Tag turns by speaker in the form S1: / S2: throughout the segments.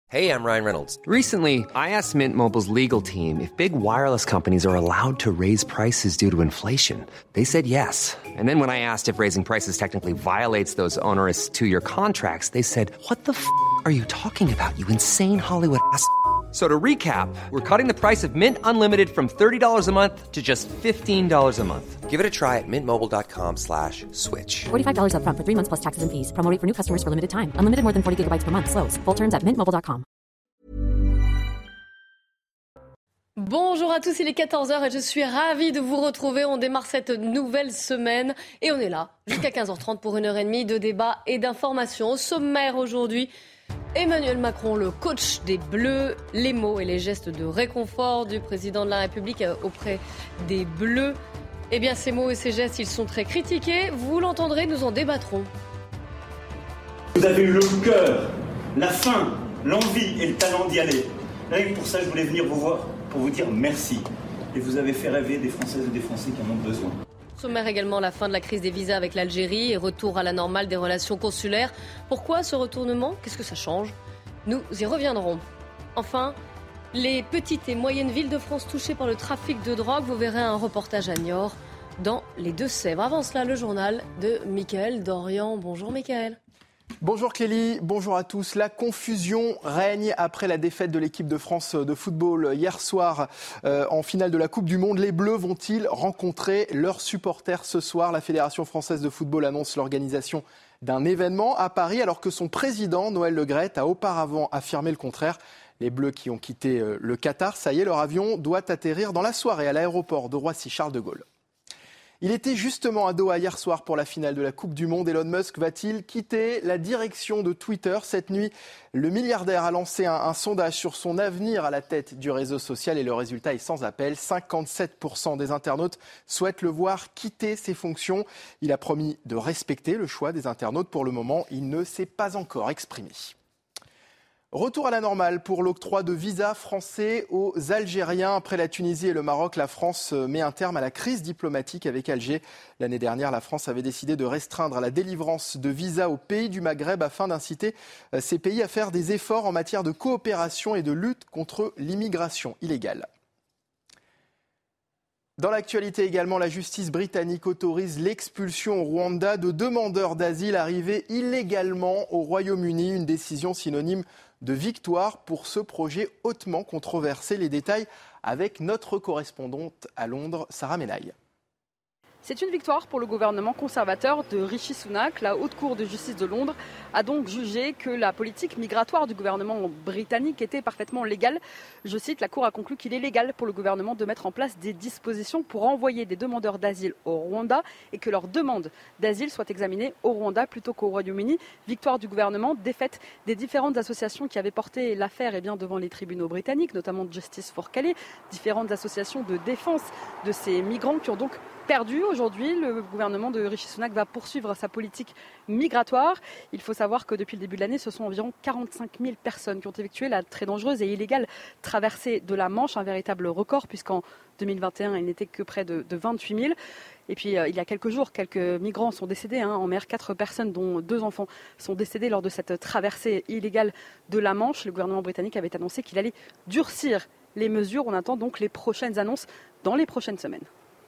S1: Hey, I'm Ryan Reynolds.
S2: Recently, I asked Mint Mobile's legal team if big wireless companies are allowed to raise prices due to inflation. They said yes. And then when I asked if raising prices technically violates those onerous two-year contracts, they said, "What the f*** are you talking about, you insane Hollywood ass?" So to recap, we're cutting the price of Mint Unlimited from $30 a month to just $15 a month.
S1: Give it a try at mintmobile.com/switch.
S3: $45 up front for 3 months plus taxes and fees. Promo rate for new customers for limited time. Unlimited more than 40 gigabytes per month. Slows full terms at mintmobile.com.
S4: Bonjour à tous, il est 14h et je suis ravie de vous retrouver. On démarre cette nouvelle semaine et on est là jusqu'à 15h30 pour 1h30 de débat et d'information. Au sommaire aujourd'hui, Emmanuel Macron, le coach des Bleus, les mots et les gestes de réconfort du président de la République auprès des Bleus. Eh bien, ces mots et ces gestes, ils sont très critiqués. Vous l'entendrez, nous en débattrons.
S5: Vous avez eu le cœur, la faim, l'envie et le talent d'y aller. Rien que pour ça, je voulais venir vous voir pour vous dire merci. Et vous avez fait rêver des Françaises et des Français qui en ont besoin.
S4: Sommaire également, la fin de la crise des visas avec l'Algérie et retour à la normale des relations consulaires. Pourquoi ce retournement ? Qu'est-ce que ça change ? Nous y reviendrons. Enfin, les petites et moyennes villes de France touchées par le trafic de drogue. Vous verrez un reportage à Niort dans les Deux-Sèvres. Avant cela, le journal de Mickaël Dorian. Bonjour Mickaël.
S6: Bonjour Clélie, bonjour à tous. La confusion règne après la défaite de l'équipe de France de football hier soir en finale de la Coupe du Monde. Les Bleus vont-ils rencontrer leurs supporters ce soir ? La Fédération française de football annonce l'organisation d'un événement à Paris alors que son président Noël Le Graët a auparavant affirmé le contraire. Les Bleus qui ont quitté le Qatar, ça y est, leur avion doit atterrir dans la soirée à l'aéroport de Roissy-Charles de Gaulle. Il était justement à Doha hier soir pour la finale de la Coupe du Monde. Elon Musk va-t-il quitter la direction de Twitter ? Cette nuit, le milliardaire a lancé un sondage sur son avenir à la tête du réseau social et le résultat est sans appel. 57% des internautes souhaitent le voir quitter ses fonctions. Il a promis de respecter le choix des internautes. Pour le moment, il ne s'est pas encore exprimé. Retour à la normale pour l'octroi de visas français aux Algériens. Après la Tunisie et le Maroc, la France met un terme à la crise diplomatique avec Alger. L'année dernière, la France avait décidé de restreindre la délivrance de visas aux pays du Maghreb afin d'inciter ces pays à faire des efforts en matière de coopération et de lutte contre l'immigration illégale. Dans l'actualité également, la justice britannique autorise l'expulsion au Rwanda de demandeurs d'asile arrivés illégalement au Royaume-Uni. Une décision synonyme de victoire pour ce projet hautement controversé. Les détails avec notre correspondante à Londres, Sarah Menaille.
S7: C'est une victoire pour le gouvernement conservateur de Rishi Sunak. La Haute Cour de justice de Londres a donc jugé que la politique migratoire du gouvernement britannique était parfaitement légale. Je cite, la Cour a conclu qu'il est légal pour le gouvernement de mettre en place des dispositions pour envoyer des demandeurs d'asile au Rwanda et que leur demande d'asile soit examinée au Rwanda plutôt qu'au Royaume-Uni. Victoire du gouvernement, défaite des différentes associations qui avaient porté l'affaire devant les tribunaux britanniques, notamment Justice for Calais, différentes associations de défense de ces migrants qui ont donc perdu. Aujourd'hui, le gouvernement de Rishi Sunak va poursuivre sa politique migratoire. Il faut savoir que depuis le début de l'année, ce sont environ 45 000 personnes qui ont effectué la très dangereuse et illégale traversée de la Manche, un véritable record puisqu'en 2021, il n'était que près de 28 000. Et puis, il y a quelques jours, quelques migrants sont décédés en mer. 4 personnes, dont 2 enfants, sont décédés lors de cette traversée illégale de la Manche. Le gouvernement britannique avait annoncé qu'il allait durcir les mesures. On attend donc les prochaines annonces dans les prochaines semaines.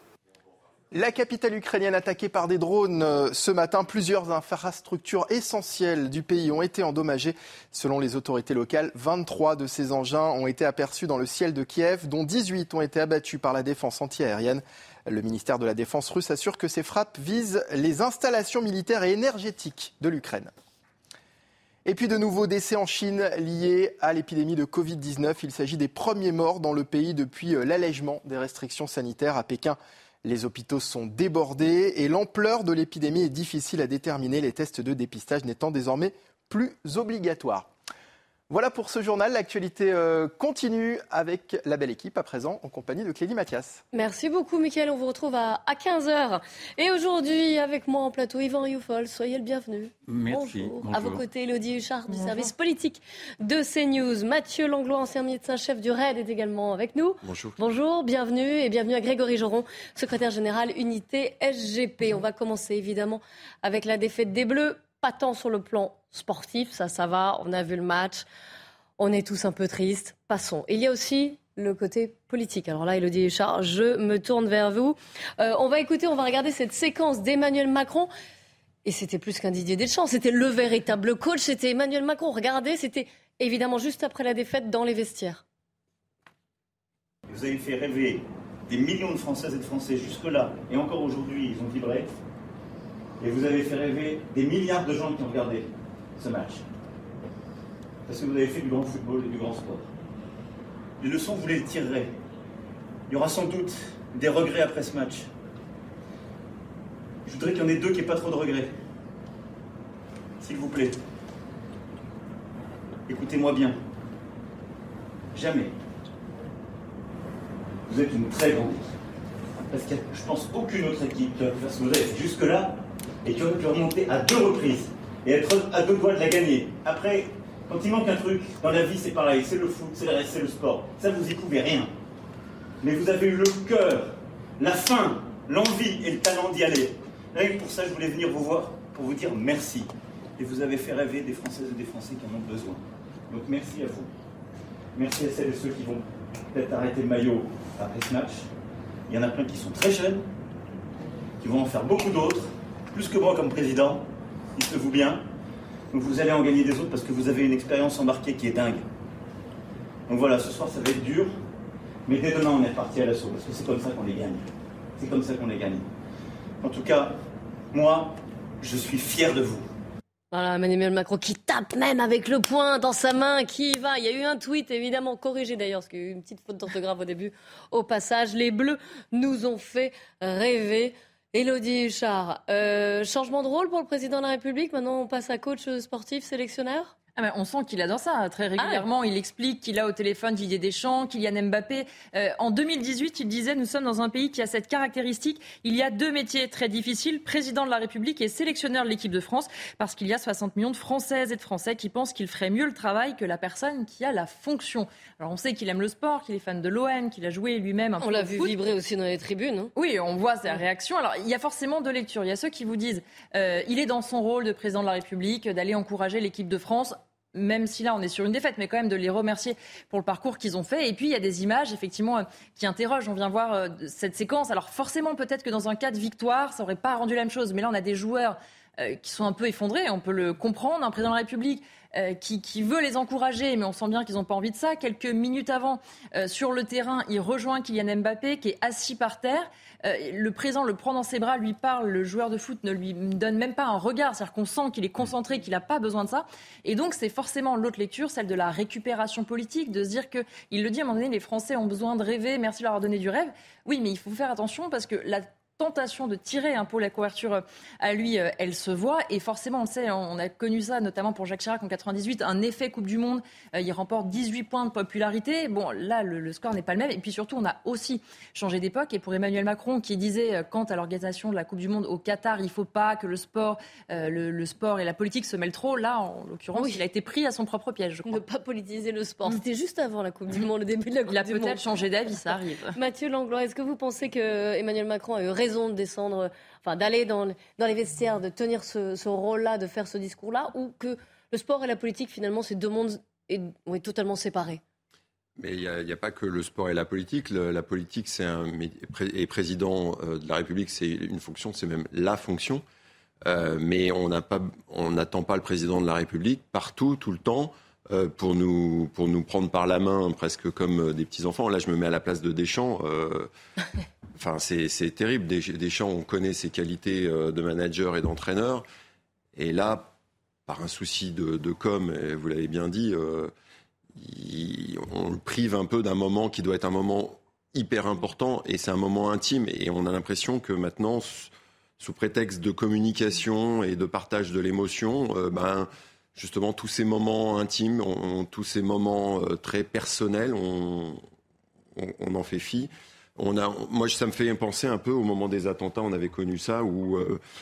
S6: La capitale ukrainienne attaquée par des drones ce matin. Plusieurs infrastructures essentielles du pays ont été endommagées. Selon les autorités locales, 23 de ces engins ont été aperçus dans le ciel de Kiev, dont 18 ont été abattus par la défense antiaérienne. Le ministère de la Défense russe assure que ces frappes visent les installations militaires et énergétiques de l'Ukraine. Et puis de nouveaux décès en Chine liés à l'épidémie de Covid-19. Il s'agit des premiers morts dans le pays depuis l'allègement des restrictions sanitaires à Pékin. Les hôpitaux sont débordés et l'ampleur de l'épidémie est difficile à déterminer, les tests de dépistage n'étant désormais plus obligatoires. Voilà pour ce journal. L'actualité continue avec la belle équipe, à présent en compagnie de Clélie Mathias.
S4: Merci beaucoup Mickaël, on vous retrouve à 15h. Et aujourd'hui, avec moi en plateau, Yvan Rioufol, soyez le bienvenu.
S8: Merci.
S4: Bonjour. À vos côtés, Elodie Huchard du service politique de CNews. Mathieu Langlois, ancien médecin-chef du RAID, est également avec nous.
S8: Bonjour.
S4: Bonjour, bienvenue et bienvenue à Grégory Joron, secrétaire général unité SGP. On va commencer évidemment avec la défaite des Bleus. Pas tant sur le plan sportif, ça va, on a vu le match. On est tous un peu tristes. Passons. Il y a aussi le côté politique. Alors là, Élodie Huchard, je me tourne vers vous. On va regarder cette séquence d'Emmanuel Macron. Et c'était plus qu'un Didier Deschamps, c'était le véritable coach, c'était Emmanuel Macron. Regardez, c'était évidemment juste après la défaite dans les vestiaires.
S5: Vous avez fait rêver des millions de Françaises et de Français jusque-là, et encore aujourd'hui, ils ont vibré. Et vous avez fait rêver des milliards de gens qui ont regardé ce match. Parce que vous avez fait du grand football et du grand sport. Les leçons, vous les tirerez. Il y aura sans doute des regrets après ce match. Je voudrais qu'il y en ait 2 qui n'aient pas trop de regrets. S'il vous plaît. Écoutez-moi bien. Jamais. Vous êtes une très grande équipe. Parce qu'il y a, je pense, aucune autre équipe qui a pu faire ce que vous avez fait jusque-là et qui aurait pu remonter à 2 reprises et être à 2 doigts de la gagner. Après, quand il manque un truc, dans la vie, c'est pareil. C'est le foot, c'est le sport. Ça, vous y pouvez rien. Mais vous avez eu le cœur, la faim, l'envie et le talent d'y aller. Rien que pour ça, je voulais venir vous voir pour vous dire merci. Et vous avez fait rêver des Françaises et des Français qui en ont besoin. Donc merci à vous. Merci à celles et ceux qui vont peut-être arrêter le maillot après ce match. Il y en a plein qui sont très jeunes, qui vont en faire beaucoup d'autres, plus que moi comme président, dites-le-vous bien. Donc vous allez en gagner des autres parce que vous avez une expérience embarquée qui est dingue. Donc voilà, ce soir ça va être dur, mais dès demain on est parti à l'assaut, parce que c'est comme ça qu'on les gagne. C'est comme ça qu'on les gagne. En tout cas, moi, je suis fier de vous.
S4: Voilà, Emmanuel Macron qui tape même avec le poing dans sa main, qui y va. Il y a eu un tweet, évidemment, corrigé d'ailleurs, parce qu'il y a eu une petite faute d'orthographe au début. Au passage, les Bleus nous ont fait rêver. Élodie Huchard, changement de rôle pour le président de la République. Maintenant, on passe à coach sportif, sélectionneur.
S8: On sent qu'il adore ça très régulièrement. Il explique qu'il a au téléphone Didier Deschamps, Kylian Mbappé. En 2018, il disait « Nous sommes dans un pays qui a cette caractéristique. Il y a 2 métiers très difficiles, président de la République et sélectionneur de l'équipe de France, parce qu'il y a 60 millions de Françaises et de Français qui pensent qu'il ferait mieux le travail que la personne qui a la fonction. » Alors on sait qu'il aime le sport, qu'il est fan de l'OM, qu'il a joué lui-même un peu au foot.
S4: On l'a vu vibrer aussi dans les tribunes. Hein.
S8: Oui, on voit sa réaction. Alors il y a forcément 2 lectures. Il y a ceux qui vous disent il est dans son rôle de président de la République, d'aller encourager l'équipe de France. Même si là on est sur une défaite, mais quand même de les remercier pour le parcours qu'ils ont fait. Et puis il y a des images effectivement qui interrogent. On vient voir cette séquence. Alors forcément peut-être que dans un cas de victoire, ça n'aurait pas rendu la même chose. Mais là on a des joueurs qui sont un peu effondrés, on peut le comprendre. Un président de la République qui veut les encourager, mais on sent bien qu'ils n'ont pas envie de ça. Quelques minutes avant, sur le terrain, il rejoint Kylian Mbappé qui est assis par terre. Le président le prend dans ses bras, lui parle, le joueur de foot ne lui donne même pas un regard, c'est-à-dire qu'on sent qu'il est concentré, qu'il n'a pas besoin de ça. Et donc c'est forcément l'autre lecture, celle de la récupération politique, de se dire que, il le dit à un moment donné, les Français ont besoin de rêver, merci de leur avoir donné du rêve. Oui, mais il faut faire attention parce que la tentation de tirer un peu la couverture à lui, elle se voit. Et forcément, on le sait, on a connu ça, notamment pour Jacques Chirac en 98, un effet Coupe du Monde. Il remporte 18 points de popularité. Bon, là, le score n'est pas le même. Et puis surtout, on a aussi changé d'époque. Et pour Emmanuel Macron, qui disait, quant à l'organisation de la Coupe du Monde au Qatar, il ne faut pas que le sport et la politique se mêlent trop. Là, en l'occurrence, il a été pris à son propre piège, je crois.
S4: Ne pas politiser le sport. C'était juste avant la Coupe du Monde, le début de la Coupe du Monde.
S8: Il a peut-être changé d'avis, ça arrive.
S4: Mathieu Langlois, est-ce que vous pensez que Emmanuel Macron a eu raison de descendre, d'aller dans les vestiaires, de tenir ce rôle-là, de faire ce discours-là, ou que le sport et la politique, finalement, ces 2 mondes sont totalement séparés?
S9: Mais il n'y a pas que le sport et la politique. La politique, et président de la République, c'est une fonction, c'est même la fonction. Mais on n'attend pas le président de la République partout, tout le temps, pour nous prendre par la main, presque comme des petits-enfants. Là, je me mets à la place de Deschamps. Enfin, c'est terrible. Deschamps, on connaît ses qualités de manager et d'entraîneur. Et là, par un souci de com, vous l'avez bien dit, on le prive un peu d'un moment qui doit être un moment hyper important. Et c'est un moment intime. Et on a l'impression que maintenant, sous prétexte de communication et de partage de l'émotion, justement, tous ces moments intimes, tous ces moments très personnels, on en fait fi. Moi, ça me fait penser un peu au moment des attentats, on avait connu ça, où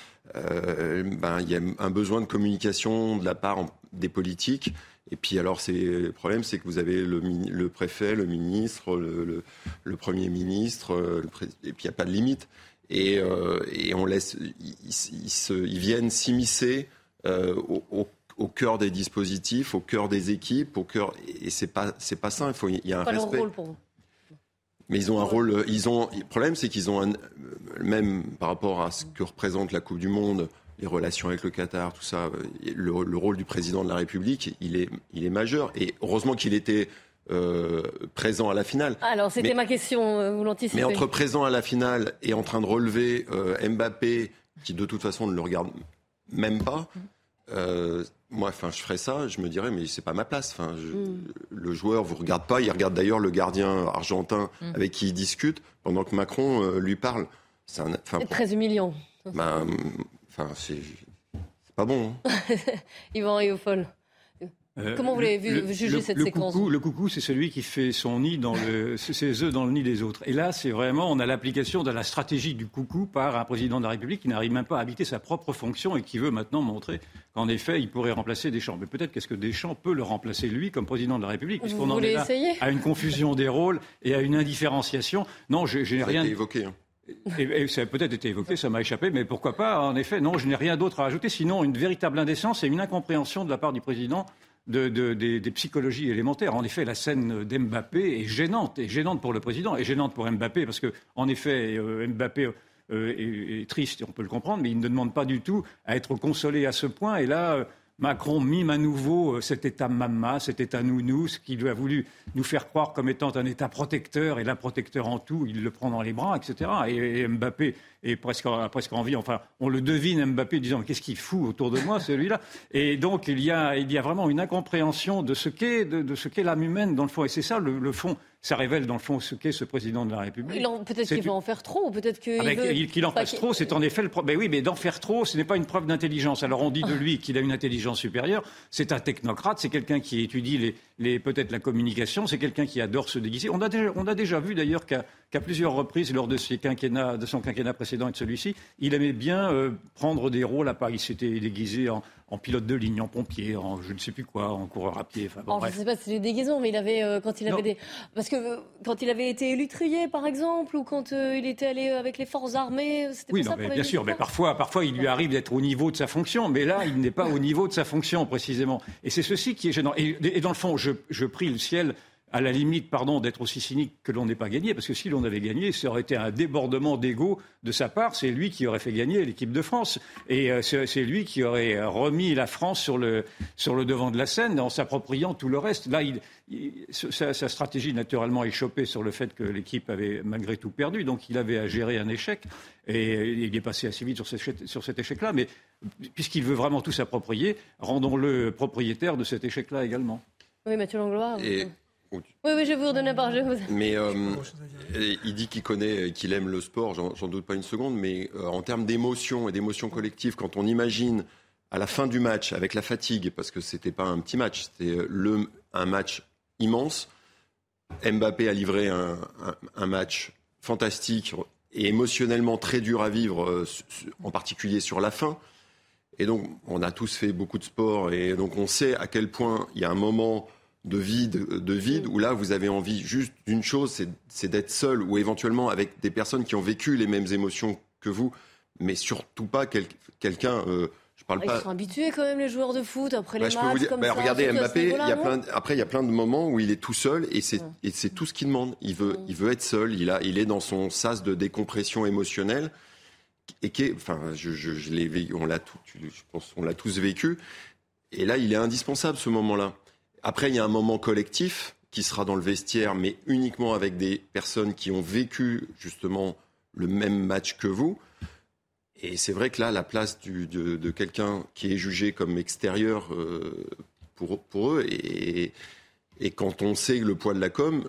S9: il y a un besoin de communication de la part des politiques. Et puis alors, le problème, c'est que vous avez le préfet, le ministre, le Premier ministre, et puis il n'y a pas de limite. Et on laisse, ils viennent s'immiscer au cœur des dispositifs, au cœur des équipes, et c'est pas sain. Il y a un
S4: pas
S9: respect.
S4: leur rôle pour vous.
S9: Mais ils ont un rôle. Le problème, c'est qu'ils ont même par rapport à ce que représente la Coupe du Monde, les relations avec le Qatar, tout ça, le rôle du président de la République, il est majeur. Et heureusement qu'il était présent à la finale.
S4: Alors, c'était ma question, vous l'anticipez.
S9: Mais entre présent à la finale et en train de relever Mbappé, qui de toute façon ne le regarde même pas, moi, je ferais ça, je me dirais, mais c'est pas ma place. Le joueur vous regarde pas, il regarde d'ailleurs le gardien argentin avec qui il discute, pendant que Macron lui parle. C'est
S4: 13 millions.
S9: C'est pas bon. Hein.
S4: Yvan Riofol. Comment vous l'avez jugé cette séquence?
S10: Le coucou, c'est celui qui fait son nid ses œufs dans le nid des autres. Et là, c'est vraiment, on a l'application de la stratégie du coucou par un président de la République qui n'arrive même pas à habiter sa propre fonction et qui veut maintenant montrer qu'en effet, il pourrait remplacer Deschamps. Mais peut-être qu'est-ce que Deschamps peut le remplacer lui comme président de la République, puisqu'on en est là à une confusion des rôles et à une indifférenciation. Non, je n'ai rien.
S9: Ça a été évoqué. Hein.
S10: Et ça a peut-être été évoqué, ça m'a échappé, mais pourquoi pas? En effet, non, je n'ai rien d'autre à ajouter, sinon une véritable indécence et une incompréhension de la part du président des psychologies élémentaires. En effet, la scène d'Mbappé est gênante pour le président, et gênante pour Mbappé, parce que, en effet, Mbappé est triste, on peut le comprendre, mais il ne demande pas du tout à être consolé à ce point. Et là, Macron mime à nouveau cet État mama, cet État nounours, qu'il a voulu nous faire croire comme étant un État protecteur, et là, protecteur en tout, il le prend dans les bras, etc. Et Mbappé est presque envie, enfin, on le devine, Mbappé, disant, qu'est-ce qu'il fout autour de moi, celui-là? Et donc, il y a vraiment une incompréhension de ce qu'est l'âme humaine, dans le fond. Et c'est ça, le fond. Ça révèle, dans le fond, ce qu'est ce président de la République.
S4: Peut-être qu'il va en faire trop, peut-être
S10: qu'il en fasse trop, c'est en effet le problème. Oui, mais d'en faire trop, ce n'est pas une preuve d'intelligence. Alors, on dit de lui qu'il a une intelligence supérieure. C'est un technocrate, c'est quelqu'un qui étudie peut-être la communication, c'est quelqu'un qui adore se déguiser. On a déjà vu, d'ailleurs, qu'à plusieurs reprises, lors de son quinquennat précédent et de celui-ci, il aimait bien prendre des rôles à part. Il s'était déguisé en pilote de ligne, en pompier, en je ne sais plus quoi, en coureur à pied. Enfin,
S4: je ne sais pas si c'est des déguisements, mais il avait, Parce que quand il avait été élutrier, par exemple, ou quand il était allé avec les forces armées, c'était
S10: oui,
S4: pas ça
S10: mais bien sûr, mais parfois il lui arrive d'être au niveau de sa fonction, mais là, il n'est pas au niveau de sa fonction, précisément. Et c'est ceci qui est gênant. Et dans le fond, je prie le ciel, à la limite, d'être aussi cynique que l'on n'ait pas gagné, parce que si l'on avait gagné, ça aurait été un débordement d'ego de sa part. C'est lui qui aurait fait gagner l'équipe de France. Et c'est lui qui aurait remis la France sur le devant de la scène en s'appropriant tout le reste. Là, sa stratégie, naturellement, est chopée sur le fait que l'équipe avait malgré tout perdu. Donc, il avait à gérer un échec. Et il est passé assez vite sur cet échec-là. Mais puisqu'il veut vraiment tout s'approprier, rendons-le propriétaire de cet échec-là également.
S4: Oui, Mathieu Langlois. Oui, je vais vous redonner la parole.
S9: Mais il dit qu'il aime le sport, j'en doute pas une seconde, mais en termes d'émotion et d'émotion collective, quand on imagine à la fin du match, avec la fatigue, parce que c'était pas un petit match, c'était un match immense, Mbappé a livré un match fantastique et émotionnellement très dur à vivre, en particulier sur la fin. Et donc, on a tous fait beaucoup de sport, et donc on sait à quel point il y a un moment de vide, où là, vous avez envie juste d'une chose, c'est d'être seul, ou éventuellement avec des personnes qui ont vécu les mêmes émotions que vous, mais surtout pas quelqu'un... je parle pas...
S4: Ils sont habitués quand même, les joueurs de foot, après les matchs comme ça.
S9: Regardez Mbappé, après il y a plein de moments où il est tout seul, et c'est tout ce qu'il demande. Il veut être seul, il est dans son sas de décompression émotionnelle, et je l'ai vécu, je pense on l'a tous vécu, et là, il est indispensable, ce moment-là. Après, il y a un moment collectif qui sera dans le vestiaire, mais uniquement avec des personnes qui ont vécu justement le même match que vous. Et c'est vrai que là, la place de quelqu'un qui est jugé comme extérieur pour eux, et quand on sait le poids de la com,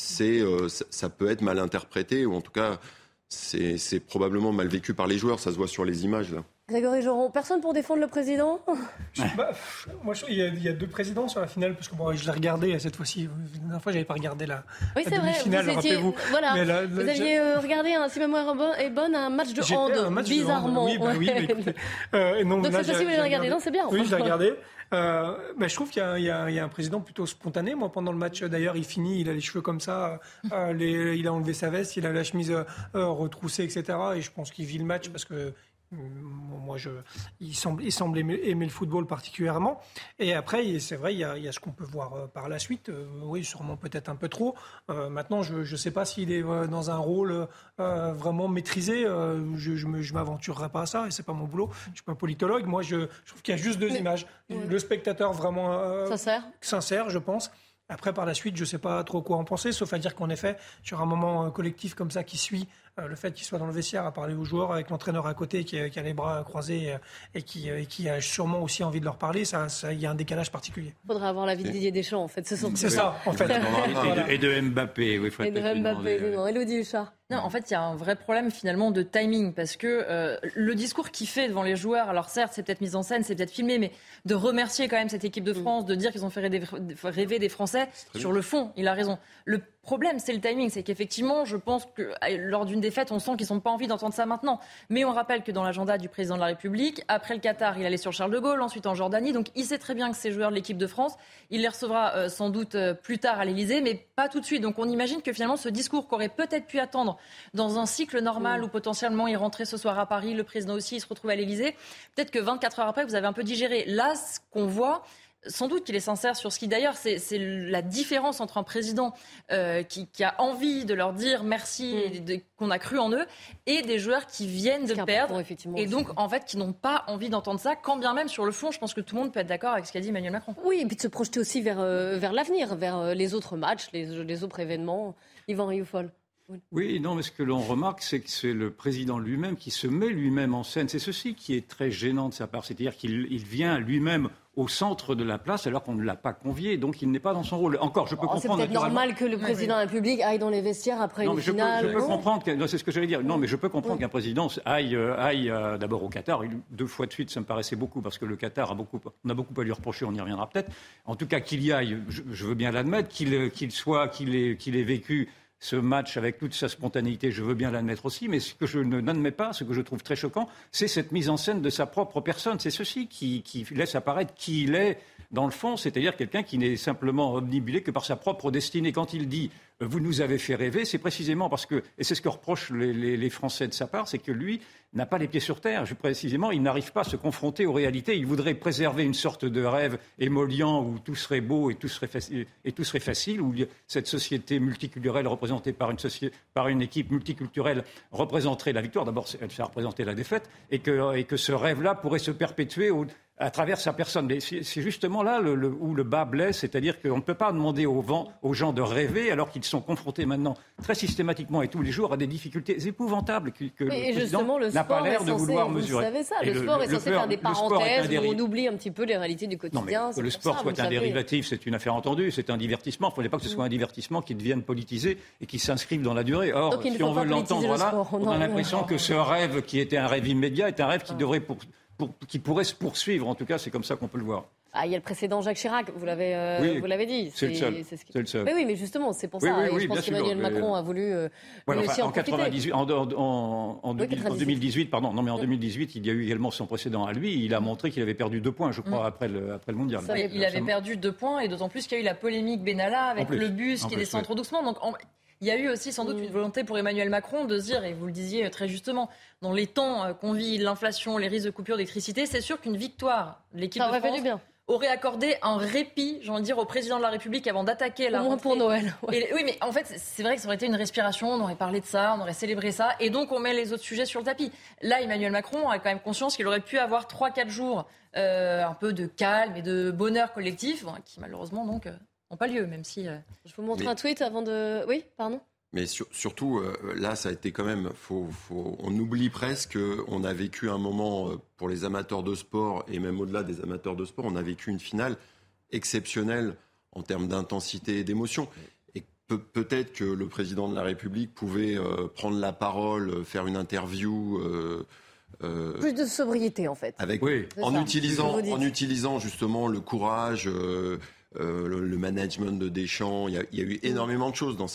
S9: ça peut être mal interprété, ou en tout cas, c'est probablement mal vécu par les joueurs. Ça se voit sur les images, là.
S4: Grégory Joron, personne pour défendre le président?
S11: Moi, il y a deux présidents sur la finale, parce que je l'ai regardé cette fois-ci. La dernière fois, je n'avais pas regardé la demi-finale, rappelez-vous.
S4: Voilà, vous aviez regardé, si ma mémoire est bonne, un match de hand, bizarrement.
S11: Oui, mais écoutez.
S4: Donc cette fois-ci, vous l'avez regardé. Non, c'est bien.
S11: Oui, je l'ai regardé. Je trouve qu'il y a un président plutôt spontané. Moi, pendant le match, d'ailleurs, il a les cheveux comme ça, il a enlevé sa veste, il a la chemise retroussée, etc. Et je pense qu'il vit le match parce que Moi, il semble aimer le football particulièrement. Et après, c'est vrai, il y a ce qu'on peut voir par la suite. Oui, sûrement peut-être un peu trop. Maintenant, je ne sais pas s'il est dans un rôle vraiment maîtrisé. Je ne m'aventurerai pas à ça et c'est pas mon boulot. Je ne suis pas politologue. Moi, je trouve qu'il y a juste deux images. Le spectateur vraiment sincère, je pense. Après, par la suite, je ne sais pas trop quoi en penser, sauf à dire qu'en effet, sur un moment collectif comme ça qui suit le fait qu'il soit dans le vestiaire à parler aux joueurs, avec l'entraîneur à côté qui a les bras croisés et qui a sûrement aussi envie de leur parler, il y a un décalage particulier.
S4: Il faudrait avoir l'avis de Didier Deschamps, en fait.
S11: C'est ça, en fait.
S10: Et de Mbappé, oui.
S4: Et de Mbappé, non. Élodie Huchard.
S8: Non, en fait, il y a un vrai problème finalement de timing parce que le discours qu'il fait devant les joueurs, alors certes, c'est peut-être mis en scène, c'est peut-être filmé, mais de remercier quand même cette équipe de France, de dire qu'ils ont fait rêver des Français, sur le fond, il a raison. Le problème, c'est le timing, c'est qu'effectivement, je pense que lors d'une défaite, on sent qu'ils n'ont pas envie d'entendre ça maintenant. Mais on rappelle que dans l'agenda du président de la République, après le Qatar, il allait sur Charles de Gaulle, ensuite en Jordanie, donc il sait très bien que ces joueurs de l'équipe de France, il les recevra sans doute plus tard à l'Élysée, mais pas tout de suite. Donc on imagine que finalement, ce discours qu'aurait peut-être pu attendre dans un cycle normal où potentiellement il rentrait ce soir à Paris, le président aussi, il se retrouve à l'Élysée, peut-être que 24 heures après, vous avez un peu digéré. Là, ce qu'on voit, sans doute qu'il est sincère sur ce qui, d'ailleurs, c'est la différence entre un président qui a envie de leur dire merci, qu'on a cru en eux, et des joueurs qui viennent de perdre, et donc, en fait, qui n'ont pas envie d'entendre ça, quand bien même, sur le fond, je pense que tout le monde peut être d'accord avec ce qu'a dit Emmanuel Macron.
S4: Oui, et puis de se projeter aussi vers l'avenir, vers les autres matchs, les autres événements. Yvan Rioufol.
S10: Oui, non, mais ce que l'on remarque, c'est que c'est le président lui-même qui se met lui-même en scène. C'est ceci qui est très gênant de sa part. C'est-à-dire qu'il vient lui-même au centre de la place alors qu'on ne l'a pas convié. Donc il n'est pas dans son rôle. Encore, je peux comprendre.
S4: C'est peut-être normal que le président de la République aille dans les vestiaires après une finale.
S10: Je peux comprendre. C'est ce que j'allais dire. Non, mais je peux comprendre qu'un président aille d'abord au Qatar. 2 fois de suite, ça me paraissait beaucoup parce que le Qatar on a beaucoup à lui reprocher. On y reviendra peut-être. En tout cas, qu'il y aille, je veux bien l'admettre, qu'il ait vécu ce match avec toute sa spontanéité, je veux bien l'admettre aussi, mais ce que je n'admets pas, ce que je trouve très choquant, c'est cette mise en scène de sa propre personne. C'est ceci qui laisse apparaître qui il est dans le fond, c'est-à-dire quelqu'un qui n'est simplement omnibulé que par sa propre destinée. Quand il dit « vous nous avez fait rêver », c'est précisément parce que, et c'est ce que reprochent les Français de sa part, c'est que lui n'a pas les pieds sur terre. Précisément, il n'arrive pas à se confronter aux réalités. Il voudrait préserver une sorte de rêve émollient où tout serait beau et tout serait facile, où cette société multiculturelle représentée par une équipe multiculturelle représenterait la victoire. D'abord, elle a représenté la défaite, et que ce rêve-là pourrait se perpétuer à travers sa personne. Mais c'est justement là où le bas blesse, c'est-à-dire qu'on ne peut pas demander aux gens de rêver alors qu'ils sont confrontés maintenant très systématiquement et tous les jours à des difficultés épouvantables que le président n'a pas l'air de vouloir mesurer.
S4: Vous savez ça, le sport est censé faire des parenthèses où on oublie un petit peu les réalités du quotidien.
S10: Non, mais que le sport soit un dérivatif, c'est une affaire entendue, c'est un divertissement. Il ne faudrait pas que ce soit un divertissement qui devienne politisé et qui s'inscrive dans la durée. Or, donc, si on veut l'entendre là, on a l'impression que ce rêve qui était un rêve immédiat est un rêve qui pourrait se poursuivre. En tout cas, c'est comme ça qu'on peut le voir.
S4: Ah, il y a le précédent Jacques Chirac, vous l'avez dit.
S10: C'est le seul.
S4: Mais oui, mais justement, c'est pour ça. Et je pense qu'Emmanuel Macron a voulu aussi en profiter.
S10: 98, en 2018, pardon. Non, mais en 2018, il y a eu également son précédent à lui. Il a montré qu'il avait perdu 2 points, je crois, après le mondial.
S8: Il avait perdu 2 points, et d'autant plus qu'il y a eu la polémique Benalla avec le bus qui descend trop doucement. Donc, il y a eu aussi sans doute une volonté pour Emmanuel Macron de se dire, et vous le disiez très justement, dans les temps qu'on vit, l'inflation, les risques de coupure d'électricité, c'est sûr qu'une victoire de l'équipe de France aurait accordé un répit, j'ai envie de dire, au président de la République avant d'attaquer la rentrée.
S4: Au moins pour Noël.
S8: Oui, mais en fait, c'est vrai que ça aurait été une respiration, on aurait parlé de ça, on aurait célébré ça, et donc on met les autres sujets sur le tapis. Là, Emmanuel Macron a quand même conscience qu'il aurait pu avoir 3-4 jours un peu de calme et de bonheur collectif, qui malheureusement donc n'ont pas lieu, même si...
S4: Je vous montre un tweet avant de... Oui, pardon.
S9: Mais surtout, là, ça a été quand même... on oublie presque qu'on a vécu un moment, pour les amateurs de sport, et même au-delà des amateurs de sport, on a vécu une finale exceptionnelle en termes d'intensité et d'émotion. Et peut-être que le président de la République pouvait prendre la parole, faire une interview...
S4: plus de sobriété, en fait.
S9: En utilisant justement le courage... le management de Deschamps, il y a eu énormément de choses dans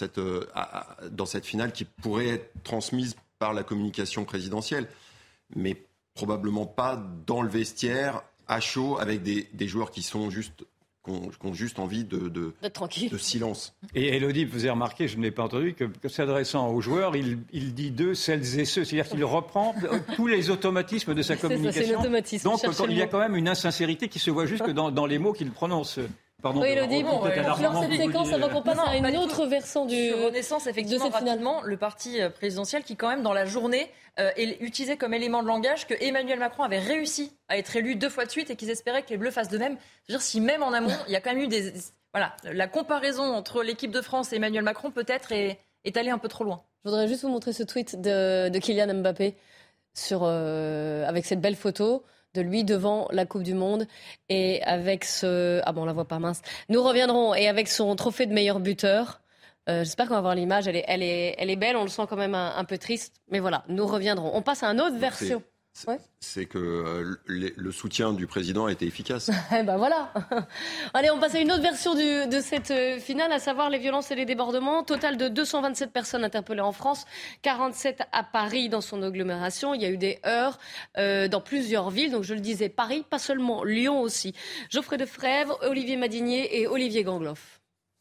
S9: cette finale qui pourraient être transmises par la communication présidentielle, mais probablement pas dans le vestiaire, à chaud, avec des joueurs qui sont juste qui ont juste envie
S4: d'être tranquille.
S9: De silence.
S10: Et Élodie, vous avez remarqué, je ne l'ai pas entendu, que s'adressant aux joueurs, il dit d'eux, celles et ceux. C'est-à-dire qu'il reprend tous les automatismes de sa communication.
S4: C'est l'automatisme.
S10: Donc il y a quand même une insincérité qui se voit jusque dans les mots qu'il prononce. Pardon,
S4: oui, Élodie, pour clore cette séquence, avant qu'on passe à une autre versant du
S8: Renaissance, effectivement, rapidement, le parti présidentiel qui, quand même, dans la journée, utilisait comme élément de langage que Emmanuel Macron avait réussi à être élu 2 fois de suite et qu'ils espéraient que les Bleus fassent de même. C'est-à-dire, si même en amont, il y a quand même eu la comparaison entre l'équipe de France et Emmanuel Macron, peut-être, est allée un peu trop loin.
S4: Je voudrais juste vous montrer ce tweet de Kylian Mbappé avec cette belle photo de lui devant la Coupe du Monde et avec on la voit pas, mince. Nous reviendrons et avec son trophée de meilleur buteur. J'espère qu'on va voir l'image. Elle est belle. On le sent quand même un peu triste, mais voilà. Nous reviendrons. On passe à une autre version.
S9: C'est que le soutien du président a été efficace.
S4: Ben voilà. Allez, on passe à une autre version de cette finale, à savoir les violences et les débordements. Total de 227 personnes interpellées en France, 47 à Paris dans son agglomération. Il y a eu des heurts dans plusieurs villes. Donc je le disais, Paris, pas seulement, Lyon aussi. Geoffrey Defrèvre, Olivier Madinier et Olivier Gangloff.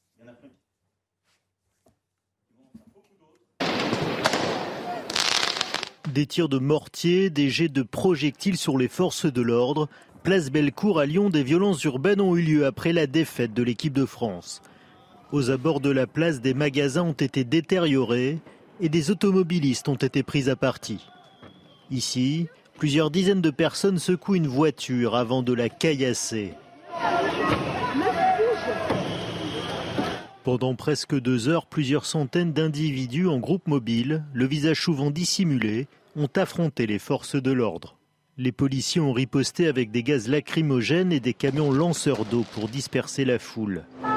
S12: Des tirs de mortier, des jets de projectiles sur les forces de l'ordre. Place Bellecour à Lyon, des violences urbaines ont eu lieu après la défaite de l'équipe de France. Aux abords de la place, des magasins ont été détériorés et des automobilistes ont été pris à partie. Ici, plusieurs dizaines de personnes secouent une voiture avant de la caillasser. Pendant presque 2 heures, plusieurs centaines d'individus en groupe mobile, le visage souvent dissimulé, ont affronté les forces de l'ordre. Les policiers ont riposté avec des gaz lacrymogènes et des camions lanceurs d'eau pour disperser la foule.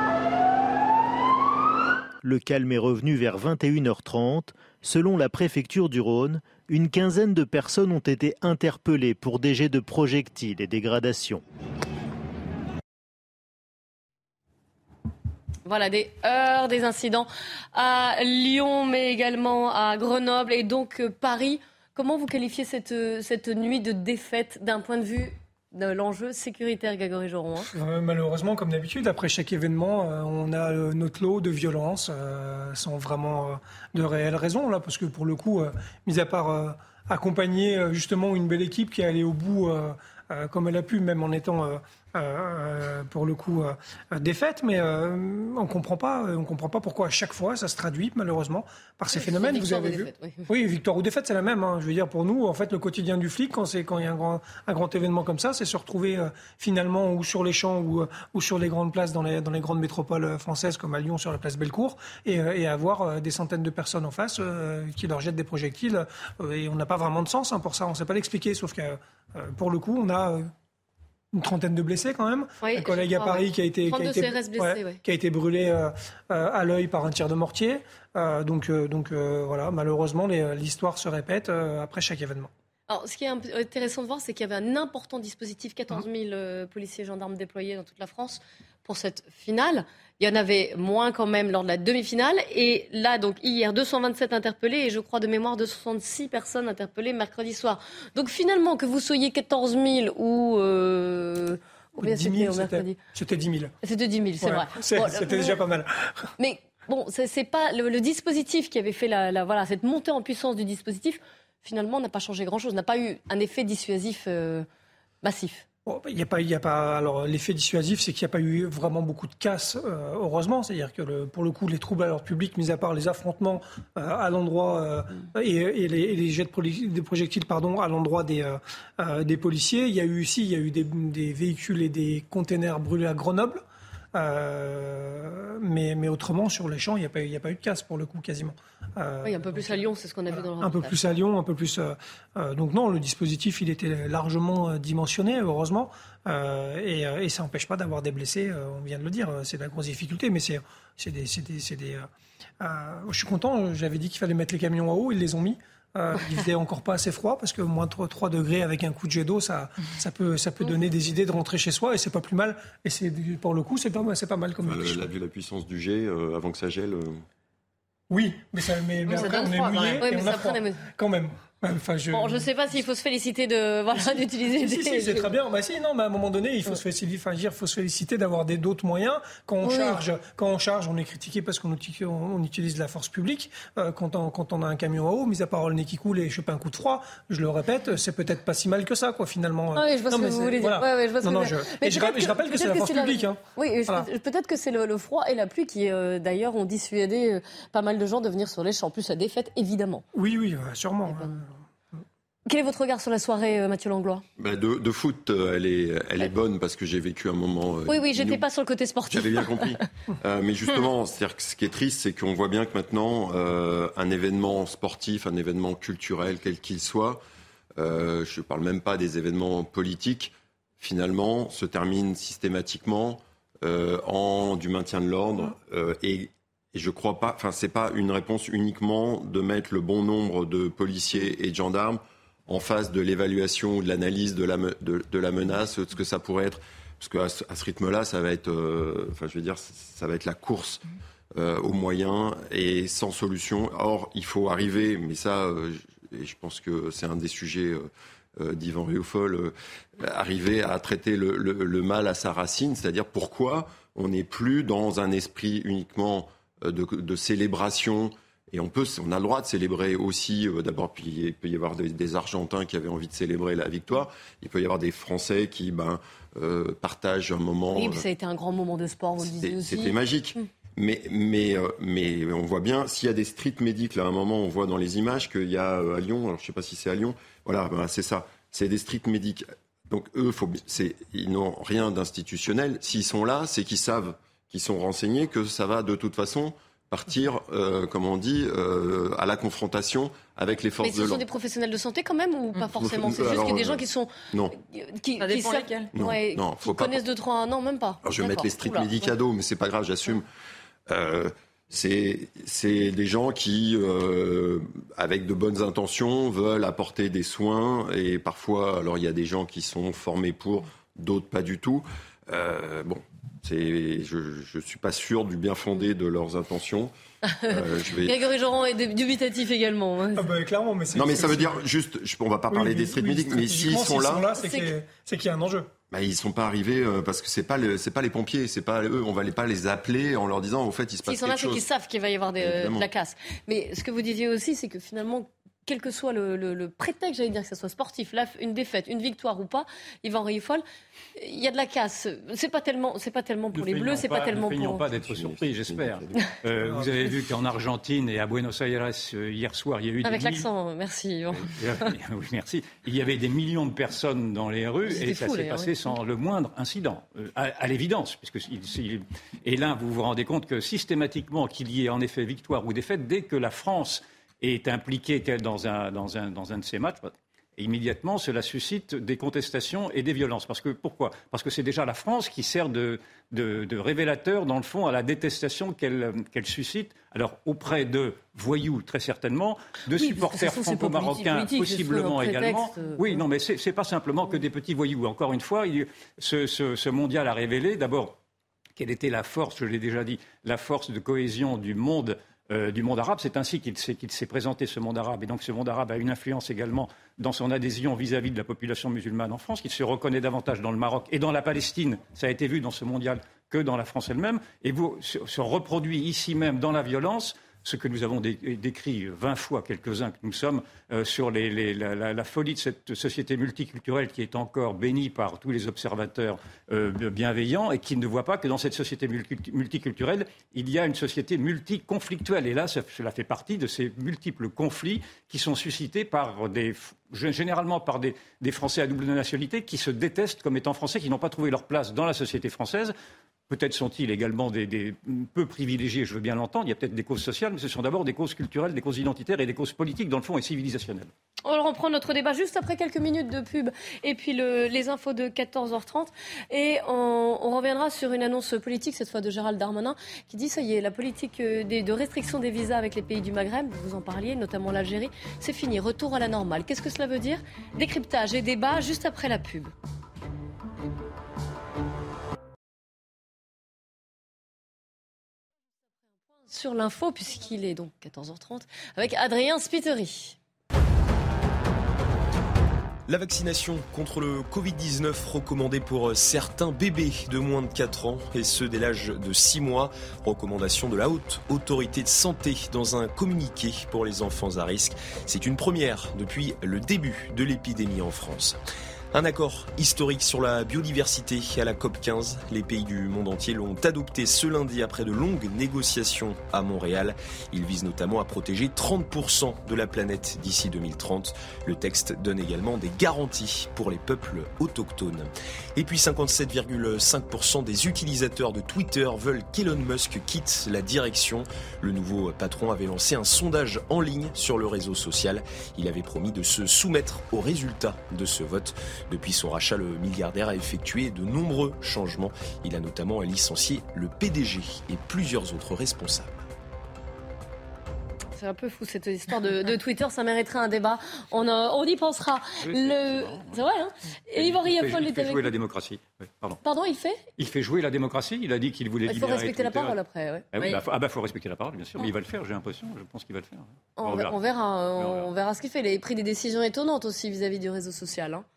S12: Le calme est revenu vers 21h30. Selon la préfecture du Rhône, une quinzaine de personnes ont été interpellées pour des jets de projectiles et dégradations.
S4: Voilà, des heurts, des incidents à Lyon, mais également à Grenoble et donc Paris. Comment vous qualifiez cette nuit de défaite d'un point de vue de l'enjeu sécuritaire, Grégory Joron?
S11: Malheureusement, comme d'habitude, après chaque événement, on a notre lot de violence, sans vraiment de réelles raisons, là, parce que pour le coup, mis à part accompagner justement une belle équipe qui est allée au bout comme elle a pu, même en étant pour le coup défaite, mais on comprend pas pourquoi à chaque fois ça se traduit malheureusement par ces phénomènes. Vous avez vu défaite, oui, victoire ou défaite, c'est la même. Je veux dire, pour nous, en fait, le quotidien du flic, quand il y a un grand événement comme ça, c'est se retrouver finalement ou sur les champs ou sur les grandes places dans les grandes métropoles françaises comme à Lyon sur la place Bellecour et avoir des centaines de personnes en face qui leur jettent des projectiles et on n'a pas vraiment de sens pour ça. On ne sait pas l'expliquer, sauf que pour le coup, on a une trentaine de blessés quand même. Oui, un collègue à Paris qui a été brûlé à l'œil par un tir de mortier. Donc voilà, malheureusement, l'histoire se répète après chaque événement.
S4: Alors, ce qui est intéressant de voir, c'est qu'il y avait un important dispositif, 14 000 policiers et gendarmes déployés dans toute la France pour cette finale. Il y en avait moins quand même lors de la demi-finale. Et là, donc hier, 227 interpellés et je crois de mémoire 266 personnes interpellées mercredi soir. Donc finalement, que vous soyez 14 000 ou...
S11: 10 000, c'était 10 000.
S4: C'était 10 000, c'est vrai.
S11: C'était déjà pas mal.
S4: Mais bon, c'est pas le dispositif qui avait fait cette montée en puissance du dispositif. Finalement, n'a pas changé grand-chose, n'a pas eu un effet dissuasif massif.
S11: Il y a pas. Alors, l'effet dissuasif, c'est qu'il n'y a pas eu vraiment beaucoup de casse, heureusement. C'est-à-dire que pour le coup, les troubles à l'ordre public, mis à part les affrontements à l'endroit et les jets de projectiles, à l'endroit des policiers, il y a eu des véhicules et des containers brûlés à Grenoble. Mais autrement, sur les champs, il n'y a pas eu de casse pour le coup, quasiment.
S4: Oui, un peu plus à Lyon, c'est ce qu'on a vu dans le reportage.
S11: Un peu plus à Lyon, un peu plus... donc non, le dispositif, il était largement dimensionné, heureusement. Et ça n'empêche pas d'avoir des blessés, on vient de le dire. C'est de la grosse difficulté, mais c'est des... je suis content, j'avais dit qu'il fallait mettre les camions à eau, ils les ont mis. Il faisait encore pas assez froid parce que moins 3 degrés avec un coup de jet d'eau, ça peut donner des idées de rentrer chez soi et c'est pas plus mal. Et pour le coup, c'est pas mal comme.
S9: Vu la puissance du jet avant que ça gèle.
S11: Oui, mais après on est mouillé et on a froid quand même. Je
S4: ne sais pas s'il faut se féliciter d'utiliser
S11: Si, c'est très bien. Mais à un moment donné, il faut se féliciter d'avoir d'autres moyens. Quand on charge, on est critiqué parce qu'on utilise la force publique. Quand on a un camion à eau, mis à part le nez qui coule et je sais pas un coup de froid, je le répète, c'est peut-être pas si mal que ça, quoi, finalement.
S4: Oui, je vois ce que vous voulez dire.
S11: Je rappelle que c'est la force publique.
S4: Oui, peut-être que c'est le froid et la pluie qui, d'ailleurs, ont dissuadé pas mal de gens de venir sur les champs. Plus la défaite, évidemment.
S11: Oui, sûrement.
S4: Quel est votre regard sur la soirée, Mathieu Langlois ?
S9: De foot, elle est bonne parce que j'ai vécu un moment...
S4: Oui, j'étais pas sur le côté sportif.
S9: J'avais bien compris. Mais justement, c'est-à-dire que ce qui est triste, c'est qu'on voit bien que maintenant, un événement sportif, un événement culturel, quel qu'il soit, je ne parle même pas des événements politiques, finalement, se termine systématiquement en du maintien de l'ordre. Et je crois pas... Enfin, c'est pas une réponse uniquement de mettre le bon nombre de policiers et de gendarmes en face de l'évaluation ou de l'analyse de la menace, de ce que ça pourrait être. Parce qu'à ce rythme-là, ça va être, ça va être la course aux moyens et sans solution. Or, il faut arriver, mais ça, et je pense que c'est un des sujets d'Yvan Rioufol, arriver à traiter le mal à sa racine, c'est-à-dire pourquoi on n'est plus dans un esprit uniquement de célébration. Et on a le droit de célébrer aussi, d'abord, puis il peut y avoir des Argentins qui avaient envie de célébrer la victoire. Il peut y avoir des Français qui partagent un moment.
S4: Oui, ça a été un grand moment de sport, vous le disiez aussi.
S9: C'était magique. Mais on voit bien, s'il y a des street medics, là, à un moment, on voit dans les images qu'il y a à Lyon, alors je ne sais pas si c'est à Lyon, voilà, c'est ça, c'est des street medics. Donc eux, ils n'ont rien d'institutionnel. S'ils sont là, c'est qu'ils savent, qu'ils sont renseignés, que ça va de toute façon partir, comme on dit, à la confrontation avec les forces de l'ordre.
S4: Mais ce sont des professionnels de santé quand même ou pas forcément ? C'est juste qu'il y a des gens qui sont...
S9: Non.
S4: Qui connaissent 2-3... Non, même pas.
S9: Alors, je vais mettre les street medics à dos, mais c'est pas grave, j'assume. C'est des gens qui, avec de bonnes intentions, veulent apporter des soins. Et parfois, alors il y a des gens qui sont formés pour, d'autres pas du tout. Je ne suis pas sûr du bien fondé de leurs intentions.
S4: Grégory Joron est dubitatif également.
S11: Clairement, mais
S9: non, mais ça veut dire juste, on ne va pas parler des street medics, mais s'ils sont là,
S11: c'est qu'il y a un enjeu.
S9: Ils ne sont pas arrivés parce que c'est pas les pompiers, c'est pas eux, on va pas les appeler en leur disant au fait il se passe quelque chose.
S4: S'ils sont là, c'est qu'ils savent qu'il va y avoir de la casse. Mais ce que vous disiez aussi, c'est que finalement, quel que soit le prétexte, j'allais dire que ce soit sportif, une défaite, une victoire ou pas, Yvan Rioufol, il y a de la casse. C'est pas tellement pour les Bleus, c'est pas tellement pour...
S10: Ne feignons pas d'être surpris, j'espère. Vous avez vu qu'en Argentine et à Buenos Aires, hier soir, il y a eu
S4: Avec l'accent, merci.
S10: Oui, merci. Il y avait des millions de personnes dans les rues et ça s'est passé sans le moindre incident, à l'évidence. Et là, vous vous rendez compte que systématiquement, qu'il y ait en effet victoire ou défaite, dès que la France est impliqué dans un de ces matchs, immédiatement, cela suscite des contestations et des violences. Pourquoi ? Parce que c'est déjà la France qui sert de révélateur, dans le fond, à la détestation qu'elle suscite, alors auprès de voyous, très certainement, de supporters franco-marocains, possiblement également. Oui, non, mais c'est pas simplement que des petits voyous. Encore une fois, ce mondial a révélé, d'abord, quelle était la force, je l'ai déjà dit, la force de cohésion du monde arabe. C'est ainsi qu'il s'est présenté, ce monde arabe. Et donc ce monde arabe a une influence également dans son adhésion vis-à-vis de la population musulmane en France, qui se reconnaît davantage dans le Maroc et dans la Palestine. Ça a été vu dans ce mondial que dans la France elle-même. Et se reproduit ici même dans la violence ce que nous avons décrit 20 fois, quelques-uns que nous sommes, sur la folie de cette société multiculturelle qui est encore bénie par tous les observateurs bienveillants et qui ne voit pas que dans cette société multiculturelle, il y a une société multiconflictuelle. Et là, cela fait partie de ces multiples conflits qui sont suscités généralement par des Français à double nationalité qui se détestent comme étant Français, qui n'ont pas trouvé leur place dans la société française. Peut-être sont-ils également des peu privilégiés, je veux bien l'entendre, il y a peut-être des causes sociales, mais ce sont d'abord des causes culturelles, des causes identitaires et des causes politiques, dans le fond, et civilisationnelles.
S4: On reprend notre débat juste après quelques minutes de pub et puis les infos de 14h30. Et on reviendra sur une annonce politique, cette fois de Gérald Darmanin, qui dit, ça y est, la politique de restriction des visas avec les pays du Maghreb, vous en parliez, notamment l'Algérie, c'est fini, retour à la normale. Qu'est-ce que cela veut dire ? Décryptage et débat juste après la pub. Sur l'info, puisqu'il est donc 14h30, avec Adrien Spiteri.
S13: La vaccination contre le Covid-19 recommandée pour certains bébés de moins de 4 ans et ceux dès l'âge de 6 mois. Recommandation de la Haute Autorité de Santé dans un communiqué pour les enfants à risque. C'est une première depuis le début de l'épidémie en France. Un accord historique sur la biodiversité à la COP15. Les pays du monde entier l'ont adopté ce lundi après de longues négociations à Montréal. Il vise notamment à protéger 30% de la planète d'ici 2030. Le texte donne également des garanties pour les peuples autochtones. Et puis 57,5% des utilisateurs de Twitter veulent qu'Elon Musk quitte la direction. Le nouveau patron avait lancé un sondage en ligne sur le réseau social. Il avait promis de se soumettre aux résultats de ce vote. Depuis son rachat, le milliardaire a effectué de nombreux changements. Il a notamment licencié le PDG et plusieurs autres responsables.
S4: C'est un peu fou cette histoire de Twitter, ça mériterait un débat. On y pensera. C'est vrai, hein. Et Yvan Rieffol
S10: il fait jouer la démocratie. Oui,
S4: pardon, il fait ?
S10: Il fait jouer la démocratie. Il a dit qu'il voulait libérer
S4: Twitter. Il faut respecter
S10: Twitter.
S4: La parole après. Ouais.
S10: Ah oui, faut respecter la parole, bien sûr. Mais il va le faire, j'ai l'impression. Je pense qu'il va le faire.
S4: On verra ce qu'il fait. Il a pris des décisions étonnantes aussi vis-à-vis du réseau social. Hein.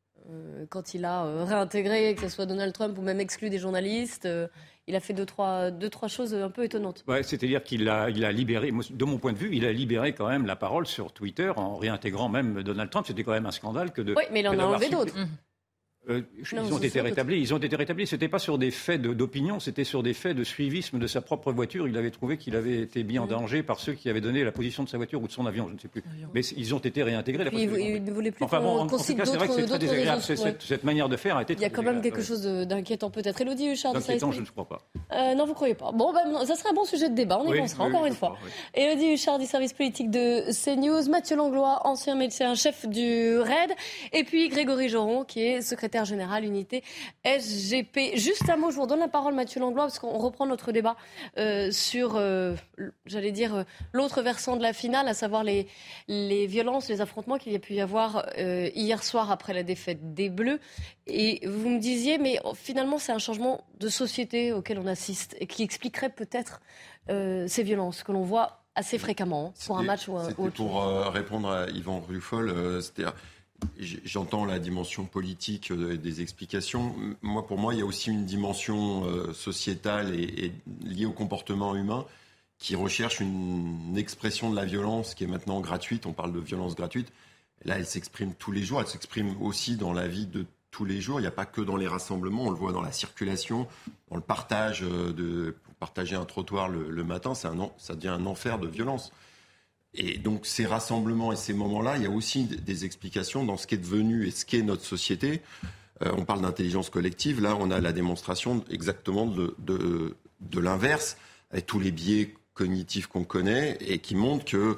S4: Quand il a réintégré, que ce soit Donald Trump ou même exclu des journalistes, il a fait deux, trois choses un peu étonnantes.
S10: Ouais, c'est-à-dire qu'il a libéré, de mon point de vue, il a libéré quand même la parole sur Twitter en réintégrant même Donald Trump. C'était quand même un scandale que de.
S4: Oui, mais il en a enlevé d'autres.
S10: Ils ont été rétablis. C'était pas sur des faits d'opinion, c'était sur des faits de suivisme de sa propre voiture. Il avait trouvé qu'il avait été mis en danger par ceux qui avaient donné la position de sa voiture ou de son avion, je ne sais plus. Mais ils ont été réintégrés.
S4: Il ne voulait plus
S10: qu'on cite d'autres. C'est vrai que c'est très désagréable. Cette manière de faire a été.
S4: Il y a quand même quelque chose d'inquiétant peut-être. Élodie Huchard,
S10: d'inquiétant, je ne crois pas.
S4: Non, vous ne croyez pas. Bon, ça serait un bon sujet de débat. On y pensera encore une fois. Élodie Huchard du service politique de CNews, Mathieu Langlois, ancien médecin-chef du RAID, et puis Grégory Joron, qui est secrétaire général unité SGP. Juste un mot, je vous redonne la parole, Mathieu Langlois, parce qu'on reprend notre débat sur, j'allais dire, l'autre versant de la finale, à savoir les violences, les affrontements qu'il y a pu y avoir hier soir après la défaite des Bleus. Et vous me disiez, mais finalement, c'est un changement de société auquel on assiste et qui expliquerait peut-être ces violences que l'on voit assez fréquemment pour un match ou un autre.
S9: Pour répondre à Yvan Rieffol, c'est-à-dire j'entends la dimension politique des explications. Pour moi, il y a aussi une dimension sociétale et liée au comportement humain qui recherche une expression de la violence qui est maintenant gratuite. On parle de violence gratuite. Et là, elle s'exprime tous les jours. Elle s'exprime aussi dans la vie de tous les jours. Il n'y a pas que dans les rassemblements. On le voit dans la circulation, dans le partage. Pour partager un trottoir le matin, ça devient un enfer de violence. Et donc ces rassemblements et ces moments-là, il y a aussi des explications dans ce qui est devenu et ce qu'est notre société. On parle d'intelligence collective, là on a la démonstration exactement de l'inverse, avec tous les biais cognitifs qu'on connaît et qui montrent que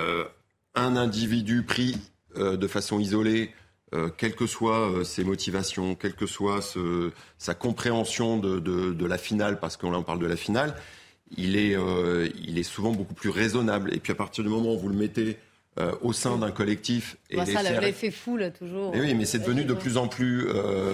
S9: un individu pris de façon isolée, quelles que soient ses motivations, quelle que soit sa compréhension de la finale, parce qu'on parle de la finale, il est souvent beaucoup plus raisonnable. Et puis à partir du moment où vous le mettez au sein d'un collectif... Et
S4: l'effet fou, là, toujours.
S9: Mais oui, mais c'est devenu de plus en plus...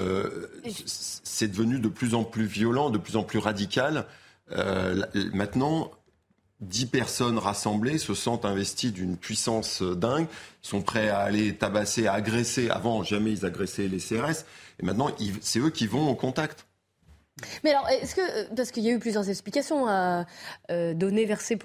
S9: c'est devenu de plus en plus violent, de plus en plus radical. Maintenant, 10 personnes rassemblées se sentent investies d'une puissance dingue, sont prêts à aller tabasser, à agresser. Avant, jamais ils agressaient les CRS. Et maintenant, c'est eux qui vont au contact.
S4: Mais alors, est-ce que, parce qu'il y a eu plusieurs explications à donner, versées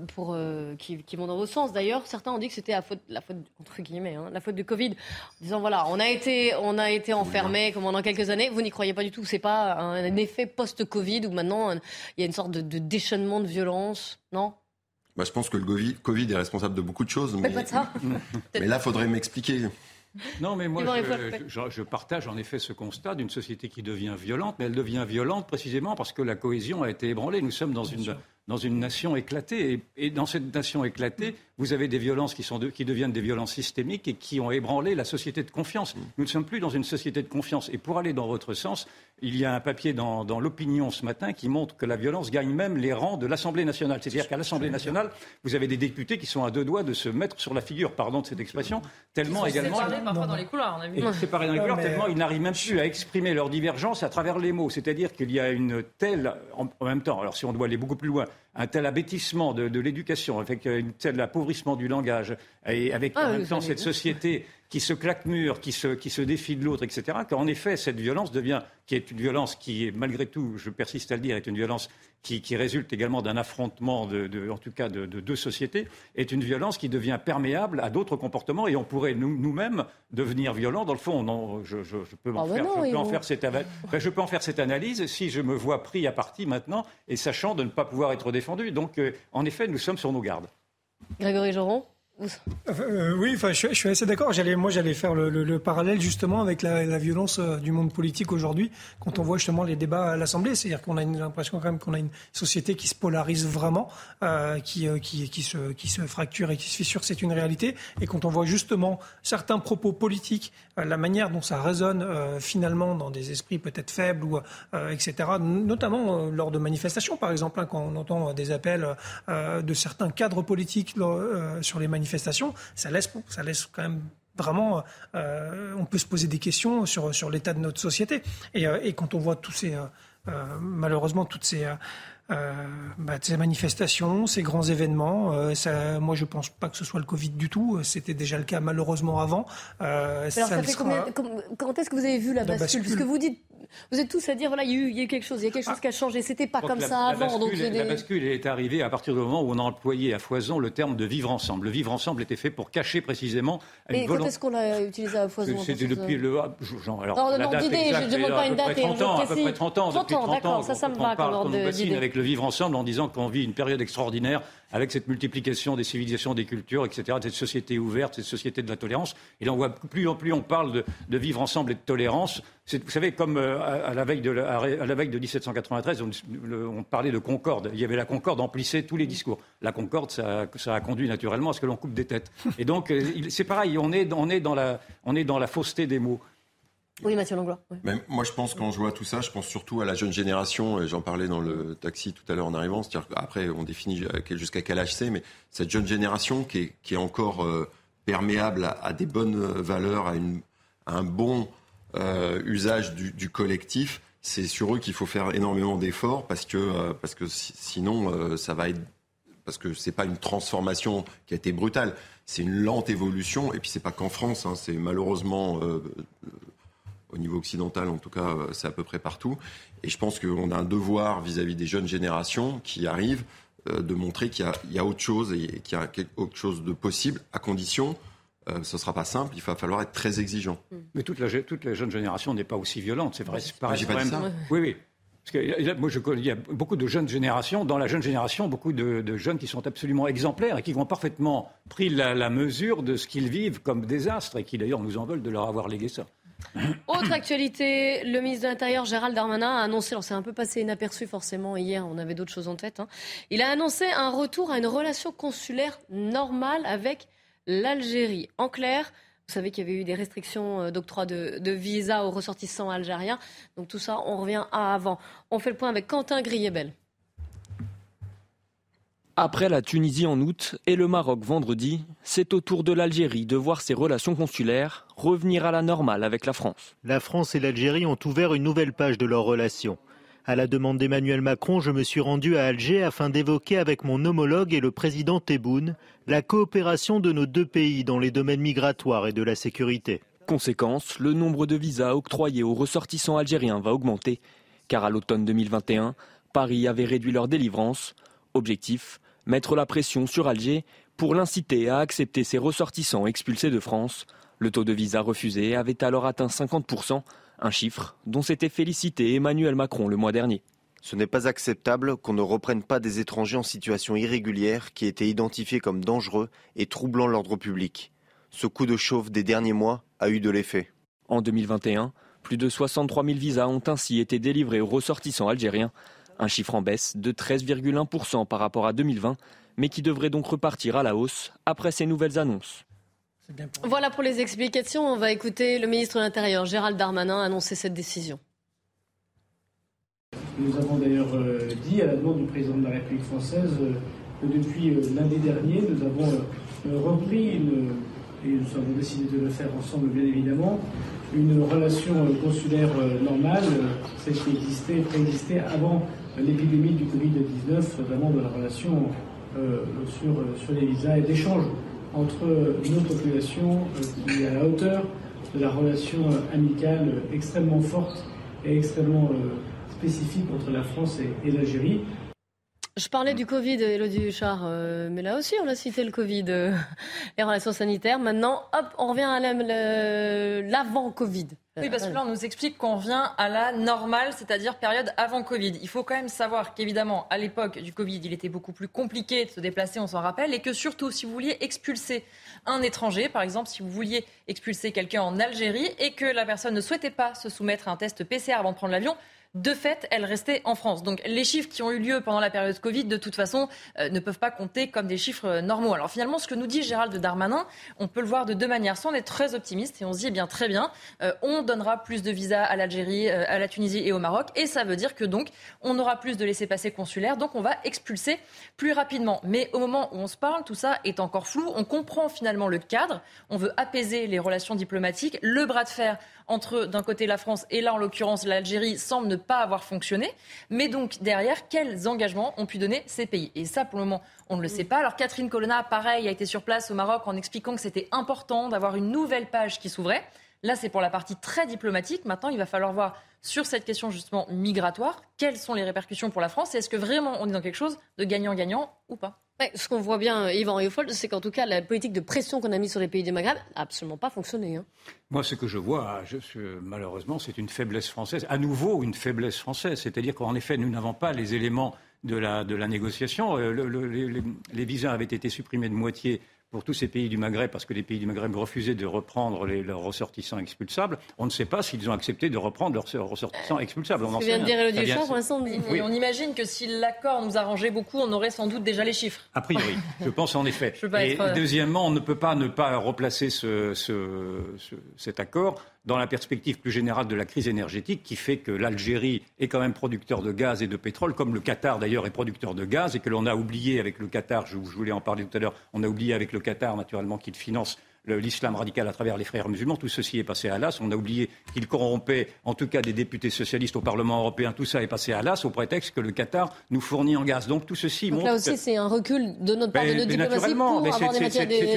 S4: qui vont dans vos sens. D'ailleurs, certains ont dit que c'était la faute entre guillemets, la faute du Covid, en disant voilà, on a été enfermés comme pendant quelques années. Vous n'y croyez pas du tout. C'est pas un effet post-Covid où maintenant il y a une sorte de déchaînement de violence, non?
S9: Je pense que le Covid est responsable de beaucoup de choses,
S4: mais pas de ça.
S9: Mais là, faudrait m'expliquer.
S10: Non, mais moi, je partage en effet ce constat d'une société qui devient violente, mais elle devient violente précisément parce que la cohésion a été ébranlée. Nous sommes dans une nation éclatée, et dans cette nation éclatée, vous avez des violences qui deviennent des violences systémiques et qui ont ébranlé la société de confiance. Nous ne sommes plus dans une société de confiance. Et pour aller dans votre sens, il y a un papier dans l'Opinion ce matin qui montre que la violence gagne même les rangs de l'Assemblée nationale. C'est-à-dire qu'à l'Assemblée nationale, vous avez des députés qui sont à deux doigts de se mettre sur la figure, pardon de cette expression, tellement également...
S8: Séparés parfois dans les couloirs, on a vu.
S10: Séparés dans les couloirs, tellement ils n'arrivent même plus à exprimer leur divergence à travers les mots. C'est-à-dire qu'il y a une telle... En même temps, alors si on doit aller beaucoup plus loin, un tel abêtissement de l'éducation, avec un tel appauvrissement du langage, et avec en même temps cette société qui se claque-mur, qui se défie de l'autre, etc., qu'en effet, cette violence qui est une violence qui est, malgré tout, je persiste à le dire, est une violence qui résulte également d'un affrontement, en tout cas de deux sociétés, est une violence qui devient perméable à d'autres comportements et on pourrait nous-mêmes devenir violents. Dans le fond, non, je peux en faire cette analyse si je me vois pris à partie maintenant et sachant de ne pas pouvoir être défendu. Donc, en effet, nous sommes sur nos gardes.
S4: Grégory Joron ?
S11: Oui, je suis assez d'accord. J'allais faire le parallèle justement avec la violence du monde politique aujourd'hui, quand on voit justement les débats à l'Assemblée. C'est-à-dire qu'on a l'impression quand même qu'on a une société qui se polarise vraiment, qui se fracture et qui se fissure, c'est une réalité. Et quand on voit justement certains propos politiques, la manière dont ça résonne finalement dans des esprits peut-être faibles, etc., notamment lors de manifestations, par exemple, quand on entend des appels de certains cadres politiques sur les manifestations, ça laisse quand même vraiment, on peut se poser des questions sur l'état de notre société. Et quand on voit malheureusement toutes ces manifestations, ces grands événements, moi je pense pas que ce soit le Covid du tout. C'était déjà le cas malheureusement avant.
S4: Alors ça fait quand est-ce que vous avez vu la bascule ? Parce que vous êtes tous à dire voilà, il y a eu quelque chose, qui a changé. C'était pas comme ça avant.
S10: La bascule est arrivée à partir du moment où on a employé à foison le terme de vivre ensemble. Le vivre ensemble était fait pour cacher précisément une volonté.
S4: Et quand est-ce qu'on l'a utilisé à foison ?
S10: C'était depuis le.
S4: Non, d'idée, je ne demande pas une date.
S10: À peu près 30 ans.
S4: 30 ans, d'accord, ça me va comme ordre d'idée.
S10: Avec le vivre ensemble en disant qu'on vit une période extraordinaire avec cette multiplication des civilisations, des cultures, etc., cette société ouverte, cette société de la tolérance. Et là, on voit plus en plus on parle de vivre ensemble et de tolérance. Vous savez, comme à la veille de 1793, on parlait de concorde. Il y avait la concorde, emplissait tous les discours. La concorde, ça a conduit naturellement à ce que l'on coupe des têtes. Et donc, c'est pareil, on est dans la fausseté des mots.
S4: Oui, Mathieu Langlois. Oui.
S9: Mais moi, je pense, quand je vois tout ça, je pense surtout à la jeune génération. J'en parlais dans le taxi tout à l'heure en arrivant. C'est-à-dire qu'après, on définit jusqu'à quel âge c'est, mais cette jeune génération qui est encore perméable à des bonnes valeurs, à un bon usage du collectif, c'est sur eux qu'il faut faire énormément d'efforts parce que sinon, ça va être... Parce que c'est pas une transformation qui a été brutale. C'est une lente évolution. Et puis, c'est pas qu'en France. C'est malheureusement... au niveau occidental, en tout cas, c'est à peu près partout. Et je pense qu'on a un devoir vis-à-vis des jeunes générations qui arrivent de montrer qu'il y a autre chose et qu'il y a autre chose de possible, à condition, ce ne sera pas simple, il va falloir être très exigeant.
S10: Mais toute la jeune génération n'est pas aussi violente, c'est vrai.
S9: J'ai pas dit ça.
S10: Oui. Parce que moi, il y a beaucoup de jeunes générations, dans la jeune génération, beaucoup de jeunes qui sont absolument exemplaires et qui ont parfaitement pris la mesure de ce qu'ils vivent comme désastre et qui d'ailleurs nous en veulent de leur avoir légué ça.
S4: Autre actualité, le ministre de l'Intérieur Gérald Darmanin a annoncé, alors c'est un peu passé inaperçu forcément hier, on avait d'autres choses en tête, il a annoncé un retour à une relation consulaire normale avec l'Algérie. En clair, vous savez qu'il y avait eu des restrictions d'octroi de visa aux ressortissants algériens, donc tout ça, on revient à avant. On fait le point avec Quentin Griebel.
S14: Après la Tunisie en août et le Maroc vendredi, c'est au tour de l'Algérie de voir ses relations consulaires revenir à la normale avec la France.
S12: La France et l'Algérie ont ouvert une nouvelle page de leurs relations. À la demande d'Emmanuel Macron, je me suis rendu à Alger afin d'évoquer avec mon homologue et le président Tebboune la coopération de nos deux pays dans les domaines migratoires et de la sécurité.
S14: Conséquence, le nombre de visas octroyés aux ressortissants algériens va augmenter, car à l'automne 2021, Paris avait réduit leur délivrance. Objectif, mettre la pression sur Alger pour l'inciter à accepter ses ressortissants expulsés de France. Le taux de visa refusé avait alors atteint 50%, un chiffre dont s'était félicité Emmanuel Macron le mois dernier.
S15: Ce n'est pas acceptable qu'on ne reprenne pas des étrangers en situation irrégulière qui étaient identifiés comme dangereux et troublant l'ordre public. Ce coup de chauffe des derniers mois a eu de l'effet.
S14: En 2021, plus de 63 000 visas ont ainsi été délivrés aux ressortissants algériens. Un chiffre en baisse de 13,1% par rapport à 2020, mais qui devrait donc repartir à la hausse après ces nouvelles annonces.
S4: Voilà pour les explications. On va écouter le ministre de l'Intérieur, Gérald Darmanin, annoncer cette décision.
S16: Nous avons d'ailleurs dit à la demande du président de la République française que depuis lundi dernier, nous avons repris, et nous avons décidé de le faire ensemble bien évidemment, une relation consulaire normale, celle qui préexistait avant l'épidémie du Covid-19, notamment de la relation sur les visas et d'échange entre une population qui est à la hauteur de la relation amicale extrêmement forte et extrêmement spécifique entre la France et l'Algérie.
S4: Je parlais du Covid, Élodie Huchard, mais là aussi on a cité le Covid, les relations sanitaires. Maintenant, hop, on revient à l'avant-Covid.
S8: Oui, parce que là, on nous explique qu'on revient à la normale, c'est-à-dire période avant Covid. Il faut quand même savoir qu'évidemment, à l'époque du Covid, il était beaucoup plus compliqué de se déplacer, on s'en rappelle, et que surtout, si vous vouliez expulser un étranger, par exemple, si vous vouliez expulser quelqu'un en Algérie et que la personne ne souhaitait pas se soumettre à un test PCR avant de prendre l'avion, de fait, elle restait en France. Donc les chiffres qui ont eu lieu pendant la période Covid, de toute façon, ne peuvent pas compter comme des chiffres normaux. Alors finalement, ce que nous dit Gérald Darmanin, on peut le voir de deux manières. Soit on est très optimiste et on se dit, eh bien très bien, on donnera plus de visas à l'Algérie, à la Tunisie et au Maroc. Et ça veut dire que donc, on aura plus de laissez-passer consulaires, donc on va expulser plus rapidement. Mais au moment où on se parle, tout ça est encore flou. On comprend finalement le cadre. On veut apaiser les relations diplomatiques. Le bras de fer entre, d'un côté, la France et là, en l'occurrence, l'Algérie semble ne pas avoir fonctionné. Mais donc, derrière, quels engagements ont pu donner ces pays ? Et ça, pour le moment, on ne le sait pas. Alors, Catherine Colonna, pareil, a été sur place au Maroc en expliquant que c'était important d'avoir une nouvelle page qui s'ouvrait. Là, c'est pour la partie très diplomatique. Maintenant, il va falloir voir sur cette question, justement, migratoire, quelles sont les répercussions pour la France et est-ce que vraiment on est dans quelque chose de gagnant-gagnant ou pas ?
S4: Ce qu'on voit bien, Yvan Rioufol, c'est qu'en tout cas, la politique de pression qu'on a mise sur les pays du Maghreb n'a absolument pas fonctionné.
S10: Moi, ce que je vois, malheureusement, c'est une faiblesse française. À nouveau, une faiblesse française. C'est-à-dire qu'en effet, nous n'avons pas les éléments de la négociation. Les visas avaient été supprimés de moitié pour tous ces pays du Maghreb, parce que les pays du Maghreb refusaient de reprendre leurs ressortissants expulsables. On ne sait pas s'ils ont accepté de reprendre leurs ressortissants expulsables.
S4: On vient de dire Élodie Huchard, pour l'instant.
S8: Oui. On imagine que si l'accord nous arrangeait beaucoup, on aurait sans doute déjà les chiffres.
S10: A priori, je pense en effet. Et deuxièmement, on ne peut pas ne pas replacer cet accord dans la perspective plus générale de la crise énergétique qui fait que l'Algérie est quand même producteur de gaz et de pétrole, comme le Qatar d'ailleurs est producteur de gaz, et que l'on a oublié avec le Qatar, je voulais en parler tout à l'heure, on a oublié avec le Qatar naturellement qu'il finance l'islam radical à travers les frères musulmans. Tout ceci est passé à l'as. On a oublié qu'il corrompait, en tout cas des députés socialistes au Parlement européen. Tout ça est passé à l'as au prétexte que le Qatar nous fournit en gaz. Donc tout ceci montre.
S4: Là aussi, c'est un recul de notre part de notre diplomatie pour avoir des matières
S10: c'est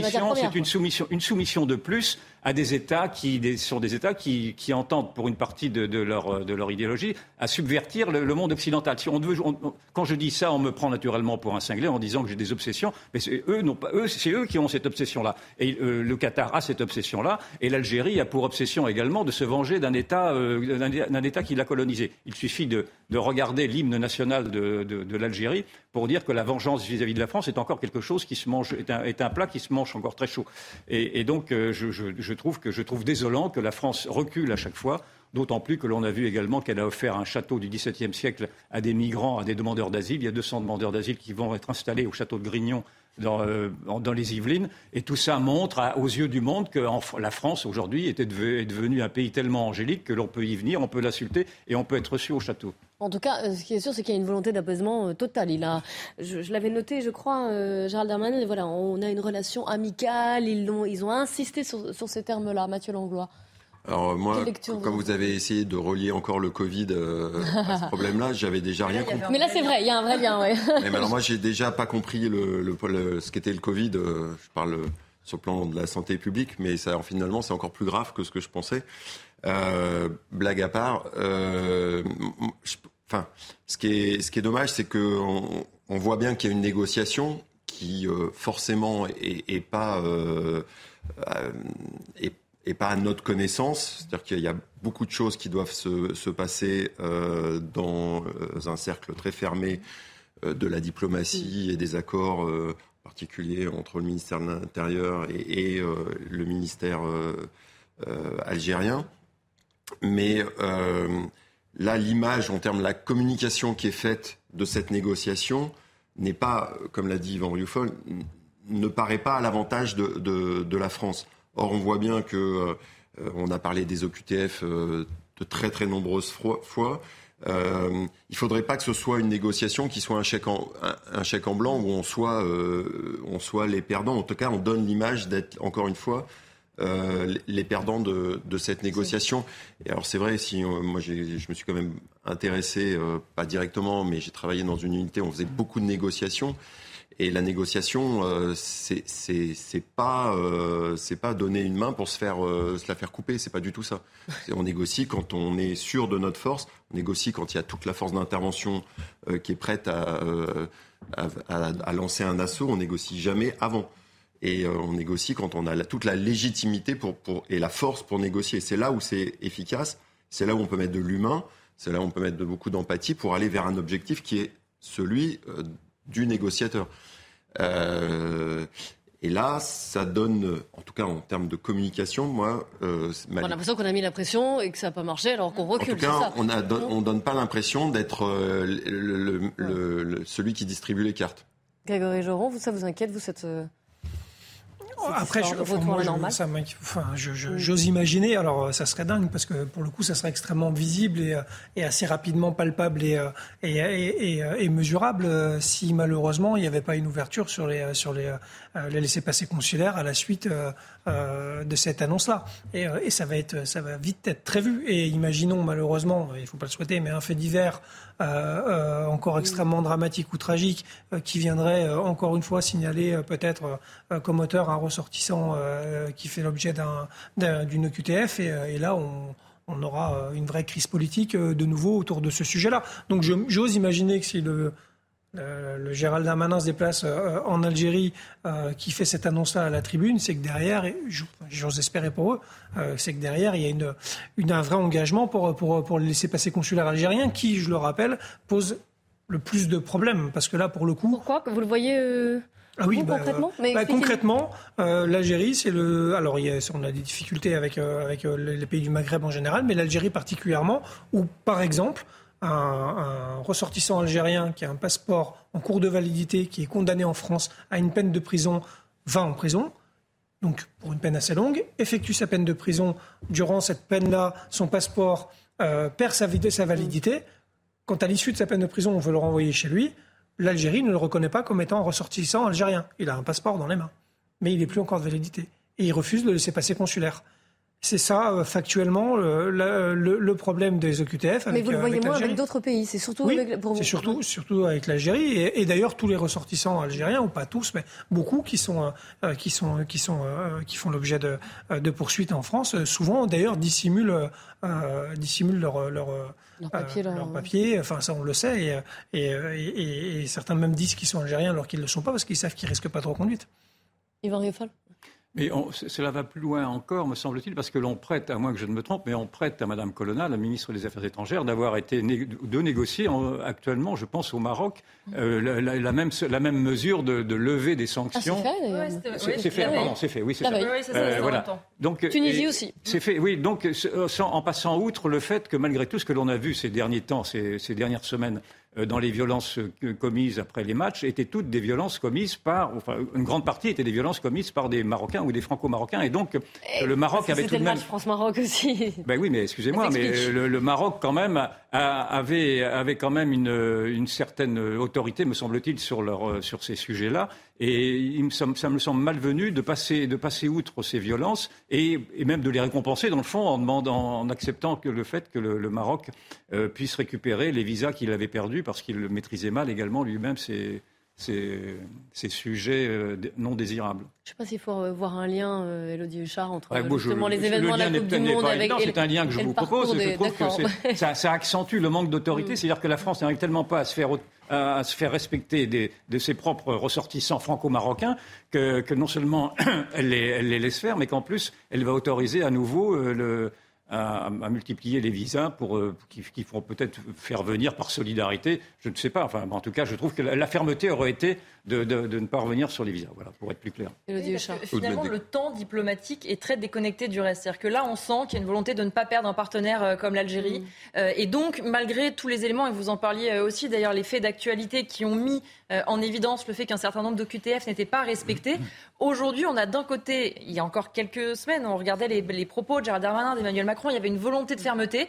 S10: une soumission de plus à des États qui entendent, pour une partie de leur idéologie, à subvertir le monde occidental. Quand je dis ça, on me prend naturellement pour un cinglé en disant que j'ai des obsessions, mais c'est eux qui ont cette obsession-là. Et le Qatar a cette obsession-là, et l'Algérie a pour obsession également de se venger d'un État qui l'a colonisé. Il suffit de regarder l'hymne national de l'Algérie pour dire que la vengeance vis-à-vis de la France est encore quelque chose qui se mange, est un plat qui se mange encore très chaud. Et donc, je trouve désolant que la France recule à chaque fois, d'autant plus que l'on a vu également qu'elle a offert un château du XVIIe siècle à des migrants, à des demandeurs d'asile. Il y a 200 demandeurs d'asile qui vont être installés au château de Grignon dans les Yvelines. Et tout ça montre aux yeux du monde que la France, aujourd'hui, est devenue un pays tellement angélique que l'on peut y venir, on peut l'insulter et on peut être reçu au château.
S4: En tout cas, ce qui est sûr, c'est qu'il y a une volonté d'apaisement total. Je l'avais noté, je crois, Gérald Darmanin, voilà, on a une relation amicale, ils ont insisté sur ces termes-là. Mathieu Langlois.
S9: Alors moi, comme vous avez essayé de relier encore le Covid à ce problème-là, j'avais déjà rien compris.
S4: Mais là, c'est vrai, il y a un vrai lien, oui.
S9: Mais alors moi, j'ai déjà pas compris ce qu'était le Covid. Je parle sur le plan de la santé publique, mais ça, finalement, c'est encore plus grave que ce que je pensais. Blague à part, ce qui est dommage, c'est que on voit bien qu'il y a une négociation qui forcément est pas à notre connaissance. C'est-à-dire qu'il y a beaucoup de choses qui doivent se passer dans un cercle très fermé de la diplomatie et des accords particuliers entre le ministère de l'Intérieur et le ministère algérien. Mais là, l'image en termes de la communication qui est faite de cette négociation n'est pas, comme l'a dit Yvan Rioufol, ne paraît pas à l'avantage de la France. Or, on voit bien que on a parlé des OQTF de très très nombreuses fois. Il ne faudrait pas que ce soit une négociation qui soit un chèque en blanc où on soit les perdants. En tout cas, on donne l'image d'être, encore une fois, les perdants de cette négociation. Et alors c'est vrai, moi je me suis quand même intéressé, pas directement, mais j'ai travaillé dans une unité où on faisait beaucoup de négociations. Et la négociation, c'est pas donner une main pour se la faire couper. C'est pas du tout ça. On négocie quand on est sûr de notre force. On négocie quand il y a toute la force d'intervention qui est prête à lancer un assaut. On négocie jamais avant. Et on négocie quand on a toute la légitimité et la force pour négocier. C'est là où c'est efficace. C'est là où on peut mettre de l'humain. C'est là où on peut mettre beaucoup d'empathie pour aller vers un objectif qui est celui du négociateur. Et là, ça donne, en tout cas en termes de communication, moi...
S4: on a l'impression qu'on a mis la pression et que ça n'a pas marché alors qu'on recule,
S9: en tout cas,
S4: c'est ça.
S9: on donne pas l'impression d'être celui qui distribue les cartes.
S4: Grégory Joron, ça vous inquiète, vous, cette...
S11: Après, j'ose imaginer, alors ça serait dingue parce que pour le coup ça serait extrêmement visible et assez rapidement palpable et mesurable si malheureusement il n'y avait pas une ouverture sur les laissez-passer consulaires à la suite de cette annonce-là. Et ça va vite être très vu. Et imaginons malheureusement, il ne faut pas le souhaiter, mais un fait divers encore extrêmement dramatique ou tragique qui viendrait encore une fois signaler peut-être comme auteur un ressortissant qui fait l'objet d'une OQTF et là on aura une vraie crise politique de nouveau autour de ce sujet-là. Donc j'ose imaginer que si le Gérald Darmanin se déplace en Algérie, qui fait cette annonce-là à la tribune, c'est que derrière, j'ose espérer pour eux, c'est que derrière, il y a un vrai engagement pour les laissez-passer consulaires algériens qui, je le rappelle, pose le plus de problèmes. Parce que là, pour le coup...
S4: Pourquoi ? Vous le voyez concrètement
S11: concrètement, l'Algérie, c'est alors on a des difficultés avec les pays du Maghreb en général, mais l'Algérie particulièrement, où par exemple un ressortissant algérien qui a un passeport en cours de validité, qui est condamné en France à une peine de prison, va en prison, donc pour une peine assez longue, effectue sa peine de prison. Durant cette peine-là, son passeport perd sa validité. Quand à l'issue de sa peine de prison, on veut le renvoyer chez lui, l'Algérie ne le reconnaît pas comme étant un ressortissant algérien. Il a un passeport dans les mains, mais il n'est plus encore de validité. Et il refuse de le laisser passer consulaire. C'est ça, factuellement, le problème des OQTF.
S4: Mais vous le voyez moins avec d'autres pays, c'est surtout avec...
S11: C'est surtout avec l'Algérie. Et d'ailleurs, tous les ressortissants algériens, ou pas tous, mais beaucoup qui font l'objet de poursuites en France, souvent d'ailleurs dissimulent leur papier. Enfin, ça, on le sait. Et certains même disent qu'ils sont algériens alors qu'ils ne le sont pas parce qu'ils savent qu'ils risquent pas de reconduite.
S4: Yvan Rieffol.
S10: Mais cela va plus loin encore, me semble-t-il, parce que l'on prête, à moins que je ne me trompe, mais on prête à Mme Colonna, la ministre des Affaires étrangères, de négocier actuellement, je pense, au Maroc, la même mesure de levée des sanctions.
S4: C'est fait, d'ailleurs.
S10: C'est fait, oui, c'est
S4: ça.
S10: Voilà. Donc,
S4: Tunisie aussi.
S10: C'est fait, oui. Donc, en passant outre le fait que malgré tout ce que l'on a vu ces derniers temps, ces dernières semaines, dans les violences commises après les matchs, étaient toutes des violences commises une grande partie étaient des violences commises par des Marocains ou des Franco-Marocains. Et donc, le Maroc avait tout de même...
S4: C'était le match France-Maroc aussi.
S10: Ben oui, mais excusez-moi, mais le Maroc, quand même, avait quand même une certaine autorité, me semble-t-il, sur ces sujets-là. Et ça me semble malvenu de passer outre ces violences et même de les récompenser, dans le fond, en acceptant le fait que le Maroc puisse récupérer les visas qu'il avait perdus parce qu'il maîtrisait mal également lui-même ces sujets non désirables.
S4: Je ne sais pas s'il faut voir un lien, Élodie Huchard, entre
S10: justement
S4: les événements de la Coupe du Monde avec
S10: c'est un lien que je vous propose. Je trouve que ça accentue le manque d'autorité. C'est-à-dire que la France n'arrive tellement pas à se faire respecter de ses propres ressortissants franco-marocains que non seulement elle les laisse faire, mais qu'en plus, elle va autoriser à nouveau à multiplier les visas qui feront peut-être faire venir par solidarité, je ne sais pas. Enfin, en tout cas, je trouve que la fermeté aurait été de ne pas revenir sur les visas, voilà, pour être plus clair.
S8: Finalement, le temps diplomatique est très déconnecté du reste. C'est-à-dire que là, on sent qu'il y a une volonté de ne pas perdre un partenaire comme l'Algérie. Et donc, malgré tous les éléments, et vous en parliez aussi d'ailleurs, les faits d'actualité qui ont mis en évidence le fait qu'un certain nombre de QTF n'étaient pas respectés. Aujourd'hui, on a d'un côté, il y a encore quelques semaines, on regardait les propos de Gérald Darmanin, d'Emmanuel Macron, il y avait une volonté de fermeté.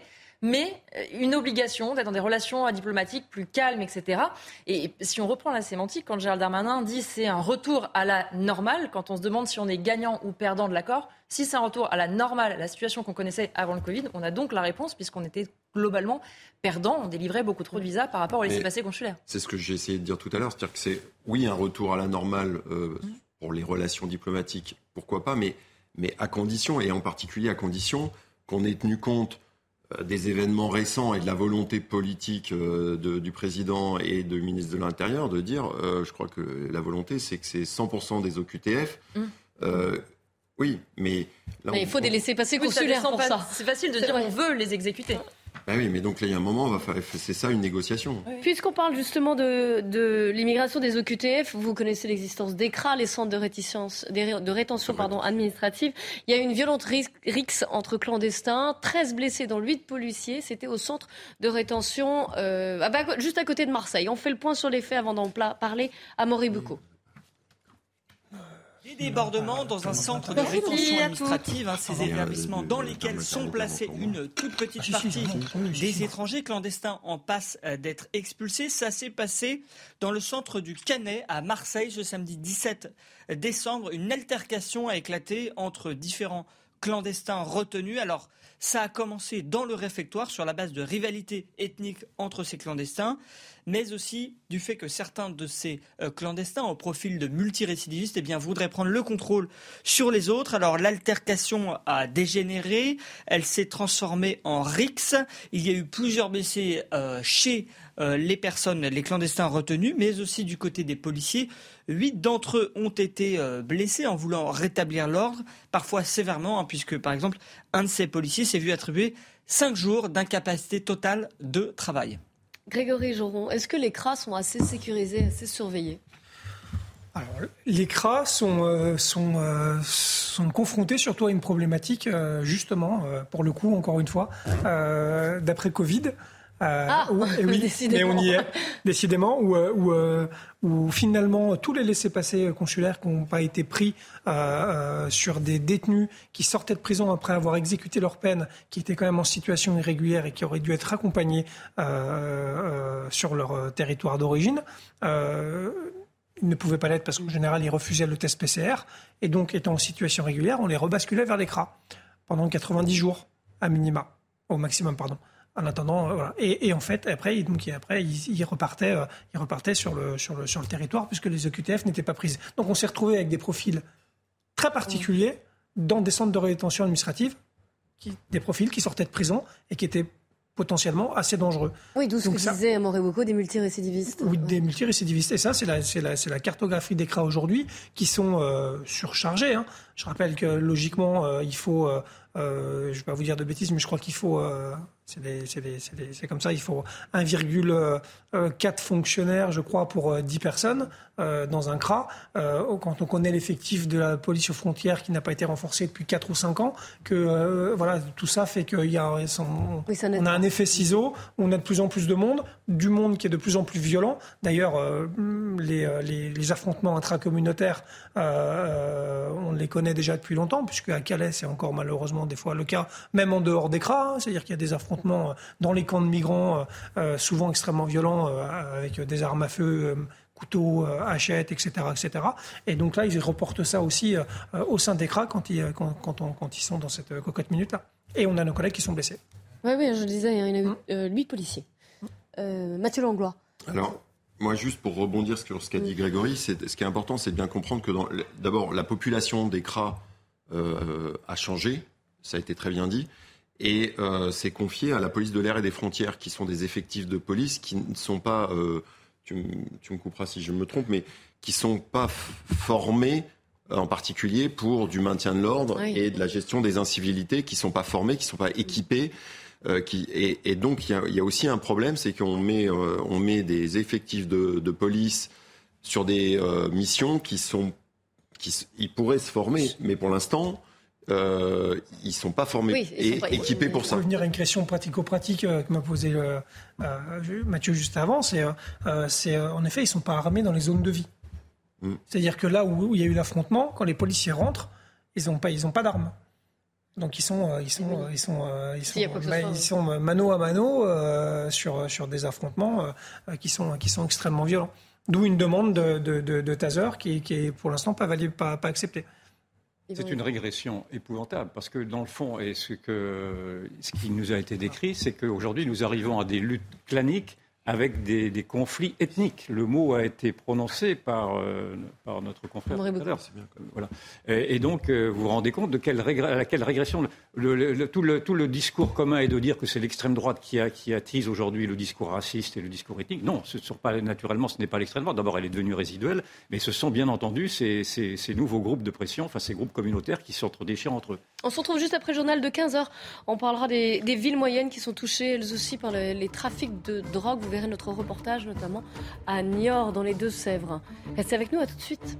S8: mais une obligation d'être dans des relations diplomatiques plus calmes, etc. Et si on reprend la sémantique, quand Gérald Darmanin dit c'est un retour à la normale, quand on se demande si on est gagnant ou perdant de l'accord, si c'est un retour à la normale, la situation qu'on connaissait avant le Covid, on a donc la réponse puisqu'on était globalement perdant, on délivrait beaucoup trop de visas par rapport aux laissez-passer consulaires.
S9: C'est ce que j'ai essayé de dire tout à l'heure, c'est-à-dire que c'est, oui, un retour à la normale pour les relations diplomatiques, pourquoi pas, mais à condition, et en particulier à condition qu'on ait tenu compte des événements récents et de la volonté politique du président et du ministre de l'Intérieur de dire, je crois que la volonté, c'est que c'est 100% des OQTF. Oui, mais... Là,
S4: il faut des laissez-passer consulaires pour ça.
S8: C'est facile de dire on veut les exécuter.
S9: Ben oui, mais donc là, il y a un moment, c'est ça une négociation.
S4: Puisqu'on parle justement de l'immigration des OQTF, vous connaissez l'existence d'ECRA, les centres de rétention administrative. Il y a eu une violente rixe entre clandestins, 13 blessés dont 8 policiers. C'était au centre de rétention juste à côté de Marseille. On fait le point sur les faits avant d'en parler à Moribuco.
S17: Des débordements dans un centre de rétention administrative, ces établissements dans lesquels sont placés une toute petite partie des étrangers clandestins en passe d'être expulsés. Ça s'est passé dans le centre du Canet à Marseille ce samedi 17 décembre. Une altercation a éclaté entre différents clandestins retenus. Alors, ça a commencé dans le réfectoire sur la base de rivalités ethniques entre ces clandestins, mais aussi du fait que certains de ces clandestins au profil de multirécidivistes voudraient prendre le contrôle sur les autres. Alors l'altercation a dégénéré, elle s'est transformée en rixe. Il y a eu plusieurs blessés chez les clandestins retenus, mais aussi du côté des policiers. 8 d'entre eux ont été blessés en voulant rétablir l'ordre, parfois sévèrement, puisque par exemple un de ces policiers s'est vu attribuer 5 jours d'incapacité totale de travail.
S4: Grégory Joron, est-ce que les CRA sont assez sécurisés, assez surveillés ?
S11: Alors, les CRA sont confrontés surtout à une problématique, justement, pour le coup, encore une fois, d'après Covid. Oui, mais on y est, décidément, où finalement tous les laissez-passer consulaires qui n'ont pas été pris sur des détenus qui sortaient de prison après avoir exécuté leur peine, qui étaient quand même en situation irrégulière et qui auraient dû être accompagnés sur leur territoire d'origine, ils ne pouvaient pas l'être parce qu'en général ils refusaient le test PCR et donc étant en situation régulière, on les rebasculait vers les CRA pendant 90 jours à minima, au maximum, pardon. En attendant, voilà. Et en fait, après, ils repartaient sur le territoire puisque les OQTF n'étaient pas prises. Donc, on s'est retrouvé avec des profils très particuliers dans des centres de rétention administrative, des profils qui sortaient de prison et qui étaient potentiellement assez dangereux.
S4: Oui, d'où ce que disait Moribuco, des multirécidivistes.
S11: Oui, des multirécidivistes. Et ça, c'est la cartographie des CRA aujourd'hui qui sont surchargés. Je rappelle que logiquement, il faut, je ne vais pas vous dire de bêtises, mais je crois qu'il faut, c'est comme ça, il faut 1,4 fonctionnaires, je crois, pour 10 personnes dans un CRA. Quand on connaît l'effectif de la police aux frontières qui n'a pas été renforcé depuis 4 ou 5 ans, voilà, tout ça fait qu'il y a, on a un effet ciseau, on a de plus en plus de monde, du monde qui est de plus en plus violent. D'ailleurs, les affrontements intracommunautaires, on les connaît déjà depuis longtemps, puisque à Calais, c'est encore malheureusement des fois le cas, même en dehors des CRA, c'est-à-dire qu'il y a des affrontements dans les camps de migrants, souvent extrêmement violents, avec des armes à feu, couteaux, hachettes, etc., etc. Et donc là, ils reportent ça aussi au sein des CRA quand ils sont dans cette cocotte minute-là. Et on a nos collègues qui sont blessés.
S4: Oui, je le disais, il y en a eu 8 policiers. Mathieu Langlois.
S9: Alors, moi, juste pour rebondir sur ce qu'a dit Grégory, ce qui est important, c'est de bien comprendre que d'abord, la population des CRA a changé, ça a été très bien dit, et c'est confié à la police de l'air et des frontières, qui sont des effectifs de police qui ne sont pas, tu me couperas si je me trompe, mais qui ne sont pas formés en particulier pour du maintien de l'ordre et de la gestion des incivilités, qui ne sont pas formés, qui ne sont pas équipés. Et donc, il y a aussi un problème, c'est qu'on met des effectifs de police sur des missions ils pourraient se former, mais pour l'instant, ils sont pas formés et équipés pour ça.
S11: Pour revenir à une question pratico-pratique que m'a posée Mathieu juste avant, c'est en effet, ils sont pas armés dans les zones de vie. C'est-à-dire que là où il y a eu l'affrontement, quand les policiers rentrent, ils ont pas d'armes. Donc ils sont mano à mano sur des affrontements qui sont extrêmement violents. D'où une demande de taser qui est pour l'instant pas acceptée.
S10: C'est une régression épouvantable parce que dans le fond, et ce qui nous a été décrit, c'est qu'aujourd'hui nous arrivons à des luttes claniques avec des conflits ethniques. Le mot a été prononcé par notre confrère tout à l'heure. Voilà. Et donc, vous vous rendez compte de quelle régression tout le discours commun est de dire que c'est l'extrême droite qui attise aujourd'hui le discours raciste et le discours ethnique. Non, ce n'est pas l'extrême droite. D'abord, elle est devenue résiduelle, mais ce sont bien entendu ces nouveaux groupes de pression, ces groupes communautaires qui s'entre-déchirent entre eux.
S4: On se retrouve juste après le journal de 15h. On parlera des villes moyennes qui sont touchées, elles aussi, par les trafics de drogue. Vous verrez notre reportage, notamment à Niort, dans les Deux-Sèvres. Restez avec nous, à tout de suite.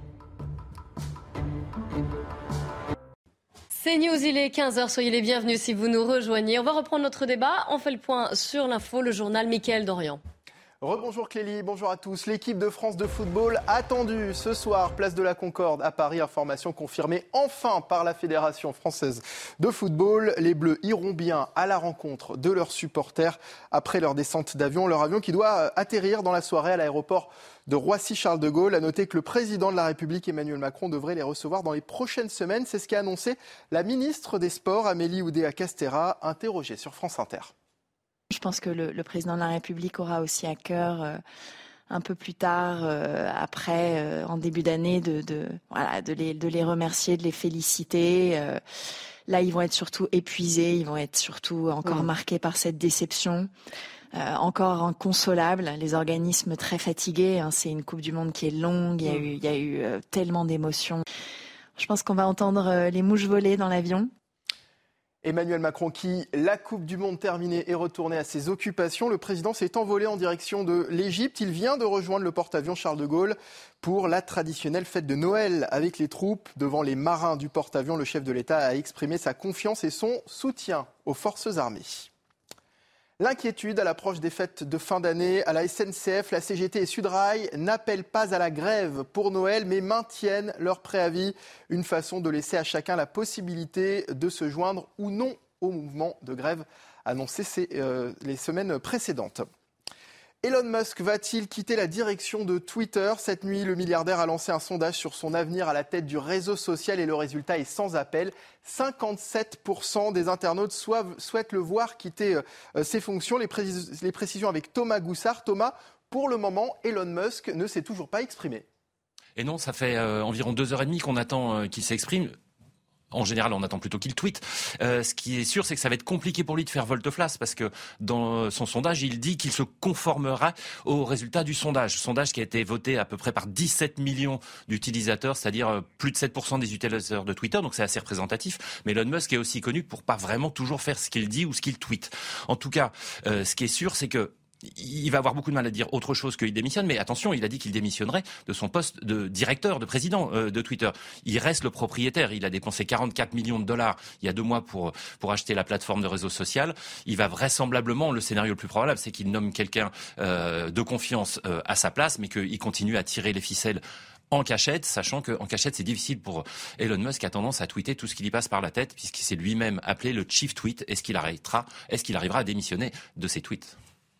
S4: C'est News, il est 15h, soyez les bienvenus si vous nous rejoignez. On va reprendre notre débat. On fait le point sur l'info, le journal Mickaël Dorian.
S6: Rebonjour Clélie, bonjour à tous. L'équipe de France de football attendue ce soir, place de la Concorde à Paris. Information confirmée enfin par la Fédération française de football. Les Bleus iront bien à la rencontre de leurs supporters après leur descente d'avion. Leur avion qui doit atterrir dans la soirée à l'aéroport de Roissy-Charles de Gaulle. À noter que le président de la République, Emmanuel Macron, devrait les recevoir dans les prochaines semaines. C'est ce qu'a annoncé la ministre des Sports, Amélie Oudéa-Castéra, interrogée sur France Inter.
S18: Je pense que le président de la République aura aussi à cœur, un peu plus tard, après, en début d'année, de les remercier, de les féliciter. Là, ils vont être surtout épuisés, ils vont être surtout encore marqués par cette déception. Encore inconsolables, les organismes très fatigués. C'est une Coupe du Monde qui est longue, il y a eu tellement d'émotions. Je pense qu'on va entendre les mouches voler dans l'avion.
S6: Emmanuel Macron qui, la Coupe du Monde terminée, est retourné à ses occupations. Le président s'est envolé en direction de l'Égypte. Il vient de rejoindre le porte-avions Charles de Gaulle pour la traditionnelle fête de Noël avec les troupes. Devant les marins du porte-avions, le chef de l'État a exprimé sa confiance et son soutien aux forces armées. L'inquiétude à l'approche des fêtes de fin d'année. À la SNCF, la CGT et Sudrail n'appellent pas à la grève pour Noël, mais maintiennent leur préavis. Une façon de laisser à chacun la possibilité de se joindre ou non au mouvement de grève annoncé les semaines précédentes. Elon Musk va-t-il quitter la direction de Twitter ? Cette nuit, le milliardaire a lancé un sondage sur son avenir à la tête du réseau social et le résultat est sans appel. 57% des internautes souhaitent le voir quitter ses fonctions. Les précisions avec Thomas Goussard. Thomas, pour le moment, Elon Musk ne s'est toujours pas exprimé.
S19: Et non, ça fait environ 2h30 qu'on attend qu'il s'exprime. En général, on attend plutôt qu'il tweete. Ce qui est sûr, c'est que ça va être compliqué pour lui de faire volte-face parce que dans son sondage, il dit qu'il se conformera au résultat du sondage. Sondage qui a été voté à peu près par 17 millions d'utilisateurs, c'est-à-dire plus de 7% des utilisateurs de Twitter, donc c'est assez représentatif. Mais Elon Musk est aussi connu pour pas vraiment toujours faire ce qu'il dit ou ce qu'il tweete. En tout cas, ce qui est sûr, c'est que il va avoir beaucoup de mal à dire autre chose qu'il démissionne, mais attention, il a dit qu'il démissionnerait de son poste de directeur, de président de Twitter. Il reste le propriétaire, il a dépensé 44 millions de dollars il y a 2 mois pour acheter la plateforme de réseau social. Il va vraisemblablement, le scénario le plus probable, c'est qu'il nomme quelqu'un de confiance à sa place, mais qu'il continue à tirer les ficelles en cachette, sachant qu'en cachette, c'est difficile pour Elon Musk qui a tendance à tweeter tout ce qui lui passe par la tête, puisqu'il s'est lui-même appelé le chief tweet. Est-ce qu'il arrivera à démissionner de ses tweets ?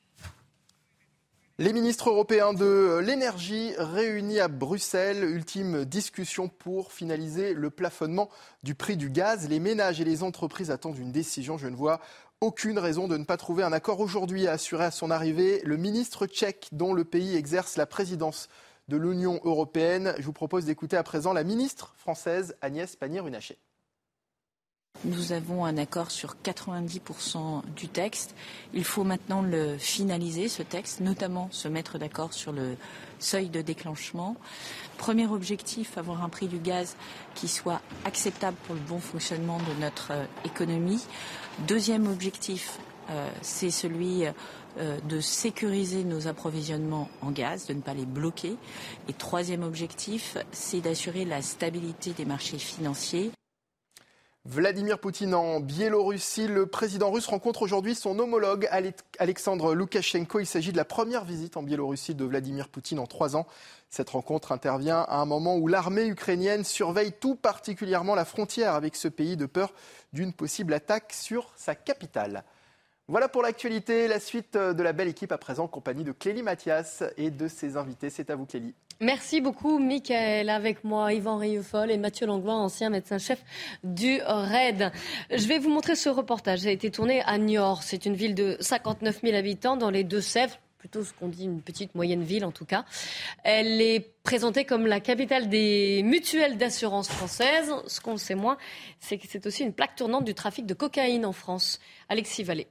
S6: Les ministres européens de l'énergie réunis à Bruxelles, ultime discussion pour finaliser le plafonnement du prix du gaz. Les ménages et les entreprises attendent une décision. Je ne vois aucune raison de ne pas trouver un accord aujourd'hui, a assuré à son arrivée le ministre tchèque dont le pays exerce la présidence de l'Union européenne. Je vous propose d'écouter à présent la ministre française Agnès Pannier-Runacher.
S18: Nous avons un accord sur 90% du texte. Il faut maintenant le finaliser, ce texte, notamment se mettre d'accord sur le seuil de déclenchement. Premier objectif, avoir un prix du gaz qui soit acceptable pour le bon fonctionnement de notre économie. Deuxième objectif, c'est celui de sécuriser nos approvisionnements en gaz, de ne pas les bloquer. Et troisième objectif, c'est d'assurer la stabilité des marchés financiers.
S6: Vladimir Poutine en Biélorussie. Le président russe rencontre aujourd'hui son homologue Alexandre Loukachenko. Il s'agit de la première visite en Biélorussie de Vladimir Poutine en 3 ans. Cette rencontre intervient à un moment où l'armée ukrainienne surveille tout particulièrement la frontière avec ce pays de peur d'une possible attaque sur sa capitale. Voilà pour l'actualité. La suite de la belle équipe à présent en compagnie de Clélie Mathias et de ses invités. C'est à vous Clélie.
S4: Merci beaucoup, Mickaël. Avec moi, Yvan Rieufol et Mathieu Langlois, ancien médecin-chef du RAID. Je vais vous montrer ce reportage. Il a été tourné à Niort. C'est une ville de 59 000 habitants dans les Deux-Sèvres. Plutôt ce qu'on dit une petite moyenne ville en tout cas. Elle est présentée comme la capitale des mutuelles d'assurance françaises. Ce qu'on sait moins, c'est que c'est aussi une plaque tournante du trafic de cocaïne en France. Alexis Vallée.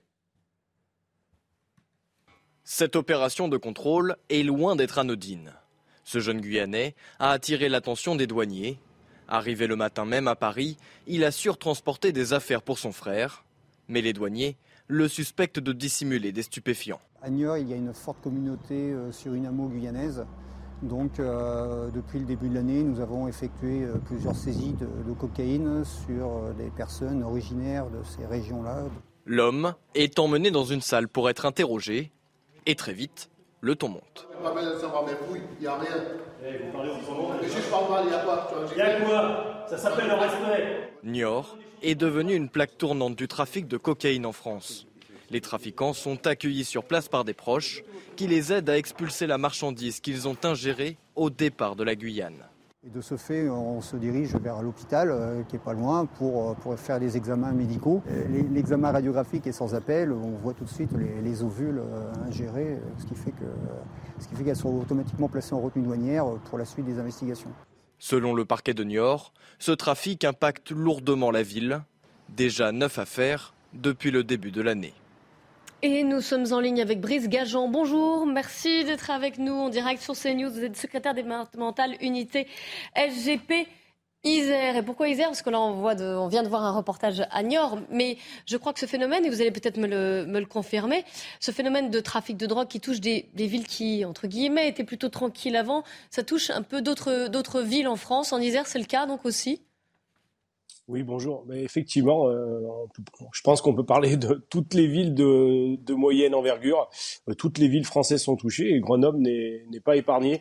S20: Cette opération de contrôle est loin d'être anodine. Ce jeune Guyanais a attiré l'attention des douaniers. Arrivé le matin même à Paris, il assure transporter des affaires pour son frère. Mais les douaniers le suspectent de dissimuler des stupéfiants.
S21: À Niort, il y a une forte communauté surinamo-guyanaise. Donc, depuis le début de l'année, nous avons effectué plusieurs saisies de cocaïne sur des personnes originaires de ces régions-là. L'homme est emmené dans une salle pour être interrogé. Et très vite, le ton monte.
S22: Il n'y a rien. Vous parlez en ce moment. Le juge parle mal, il y a quoi? Il y a quoi? Ça s'appelle le respect.
S20: Niort est devenu une plaque tournante du trafic de cocaïne en France. Les trafiquants sont accueillis sur place par des proches qui les aident à expulser la marchandise qu'ils ont ingérée au départ de la Guyane.
S21: Et de ce fait, on se dirige vers l'hôpital, qui n'est pas loin, pour faire des examens médicaux. L'examen radiographique est sans appel, on voit tout de suite les ovules ingérés, ce qui fait qu'elles sont automatiquement placées en retenue douanière pour la suite des investigations.
S20: Selon le parquet de Niort, ce trafic impacte lourdement la ville. Déjà 9 affaires depuis le début de l'année.
S4: Et nous sommes en ligne avec Brice Gageon. Bonjour, merci d'être avec nous en direct sur CNews. Vous êtes secrétaire départemental unité SGP Isère. Et pourquoi Isère? Parce que là, on vient de voir un reportage à Niort. Mais je crois que ce phénomène, et vous allez peut-être me le confirmer, ce phénomène de trafic de drogue qui touche des villes qui, entre guillemets, étaient plutôt tranquilles avant, ça touche un peu d'autres villes en France. En Isère, c'est le cas donc aussi?
S23: Oui, bonjour. Mais effectivement, je pense qu'on peut parler de toutes les villes de moyenne envergure. Toutes les villes françaises sont touchées et Grenoble n'est pas épargné.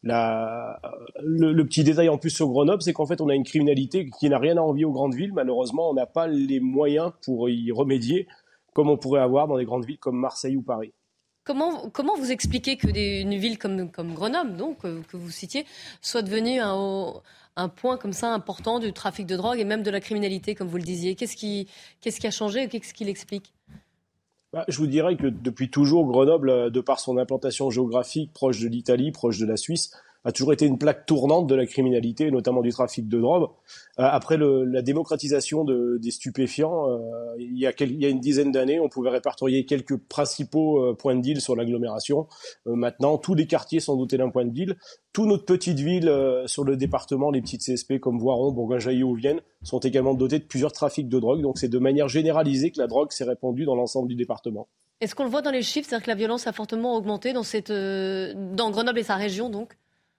S23: Le petit détail en plus sur Grenoble, c'est qu'en fait, on a une criminalité qui n'a rien à envier aux grandes villes. Malheureusement, on n'a pas les moyens pour y remédier comme on pourrait avoir dans des grandes villes comme Marseille ou Paris.
S4: Comment vous expliquez que une ville comme Grenoble, donc, que vous citiez, soit devenue un point comme ça important du trafic de drogue et même de la criminalité, comme vous le disiez? Qu'est-ce qui a changé et qu'est-ce qui l'explique?
S23: Je vous dirais que depuis toujours, Grenoble, de par son implantation géographique proche de l'Italie, proche de la Suisse, a toujours été une plaque tournante de la criminalité, notamment du trafic de drogue. Après la démocratisation des stupéfiants, il y a une dizaine d'années, on pouvait répertorier quelques principaux points de deal sur l'agglomération. Maintenant, tous les quartiers sont dotés d'un point de deal. Toutes nos petites villes sur le département, les petites CSP comme Voiron, Bourgoin-Jallieu ou Vienne, sont également dotées de plusieurs trafics de drogue. Donc c'est de manière généralisée que la drogue s'est répandue dans l'ensemble du département.
S4: Est-ce qu'on le voit dans les chiffres, c'est-à-dire que la violence a fortement augmenté dans Grenoble et sa région donc?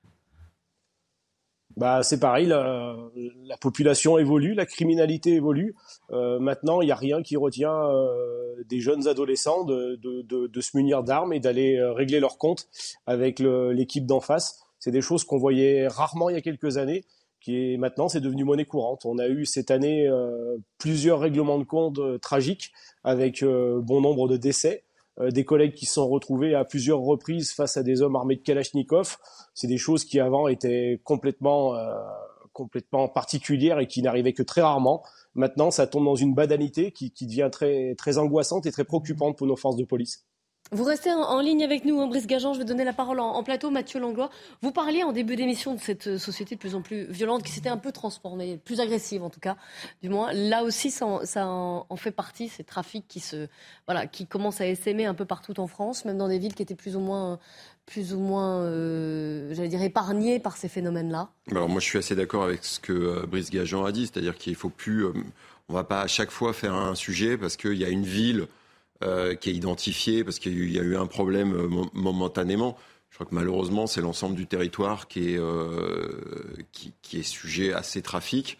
S23: C'est pareil, la population évolue, la criminalité évolue. Maintenant, il n'y a rien qui retient des jeunes adolescents de se munir d'armes et d'aller régler leurs comptes avec l'équipe d'en face. C'est des choses qu'on voyait rarement il y a quelques années, maintenant c'est devenu monnaie courante. On a eu cette année plusieurs règlements de compte tragiques avec bon nombre de décès. Des collègues qui se sont retrouvés à plusieurs reprises face à des hommes armés de Kalachnikov. C'est des choses qui avant étaient complètement particulières et qui n'arrivaient que très rarement. Maintenant, ça tombe dans une banalité qui devient très, très angoissante et très préoccupante pour nos forces de police.
S4: Vous restez en ligne avec nous, Brice Gageon. Je vais donner la parole en plateau. Mathieu Langlois, vous parliez en début d'émission de cette société de plus en plus violente qui s'était un peu transformée, plus agressive en tout cas, du moins. Là aussi, ça en fait partie, ces trafics qui commencent à essaimer un peu partout en France, même dans des villes qui étaient plus ou moins j'allais dire, épargnées par ces phénomènes-là.
S9: Alors moi, je suis assez d'accord avec ce que Brice Gageon a dit, c'est-à-dire qu'il ne faut plus... on ne va pas à chaque fois faire un sujet parce qu'il y a une ville... qui est identifié parce qu'il y a eu un problème momentanément. Je crois que malheureusement, c'est l'ensemble du territoire qui est sujet à ces trafics.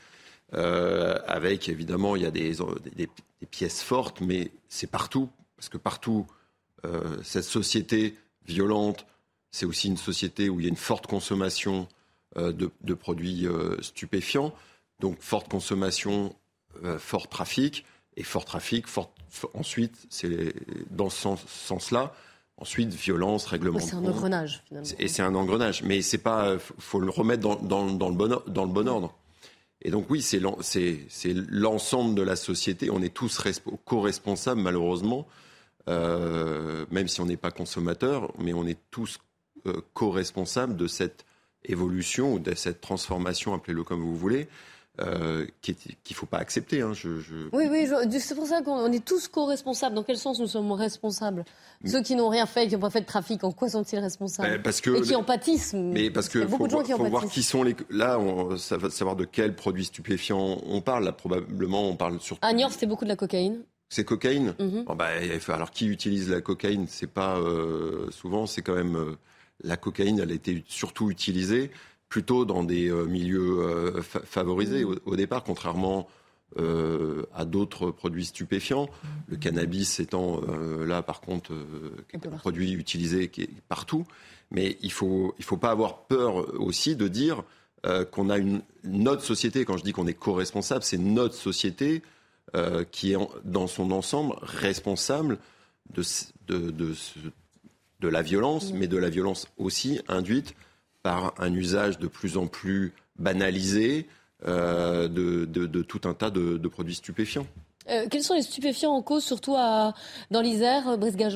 S9: avec évidemment, il y a des pièces fortes, mais c'est partout, parce que partout, cette société violente, c'est aussi une société où il y a une forte consommation de produits stupéfiants, donc forte consommation, fort trafic, et fort trafic, ensuite, c'est dans ce sens-là, ensuite violence, règlement.
S4: C'est un engrenage finalement.
S9: Et c'est un engrenage, mais c'est pas, faut le remettre dans le bon ordre. Et donc oui, c'est l'ensemble de la société. On est tous co-responsables malheureusement, même si on n'est pas consommateur, mais on est tous co-responsables de cette évolution ou de cette transformation, appelez-le comme vous voulez. Qu'il ne faut pas accepter.
S4: Oui, c'est pour ça qu'on est tous co-responsables. Dans quel sens nous sommes responsables ? Ceux qui n'ont rien fait, qui n'ont pas fait de trafic, en quoi sont-ils responsables ? Et qui en pâtissent.
S9: Mais parce qu'il faut voir qui sont les... Là, ça va savoir de quels produits stupéfiants on parle. Là, probablement, on parle surtout...
S4: À Niort, c'était beaucoup de la cocaïne.
S9: C'est cocaïne.
S4: Mm-hmm.
S9: Alors, qui utilise la cocaïne ? C'est pas... souvent, c'est quand même... la cocaïne, elle a été surtout utilisée plutôt dans des milieux favorisés au départ, contrairement à d'autres produits stupéfiants. Le cannabis étant là, par contre, un produit utilisé qui est partout. Mais il faut pas avoir peur aussi de dire qu'on a notre société. Quand je dis qu'on est co-responsable, c'est notre société qui est dans son ensemble responsable de la violence, mais de la violence aussi induite par un usage de plus en plus banalisé de tout un tas de produits stupéfiants.
S4: Quels sont les stupéfiants en cause, surtout dans l'Isère, Brice Gageant ?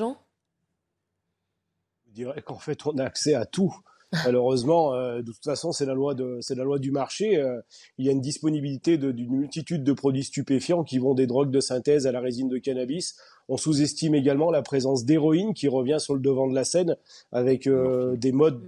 S23: Je dirais qu'en fait, on a accès à tout. Malheureusement, de toute façon, c'est la loi du marché. Il y a une disponibilité d'une multitude de produits stupéfiants qui vont des drogues de synthèse à la résine de cannabis. On sous-estime également la présence d'héroïne qui revient sur le devant de la scène avec des modes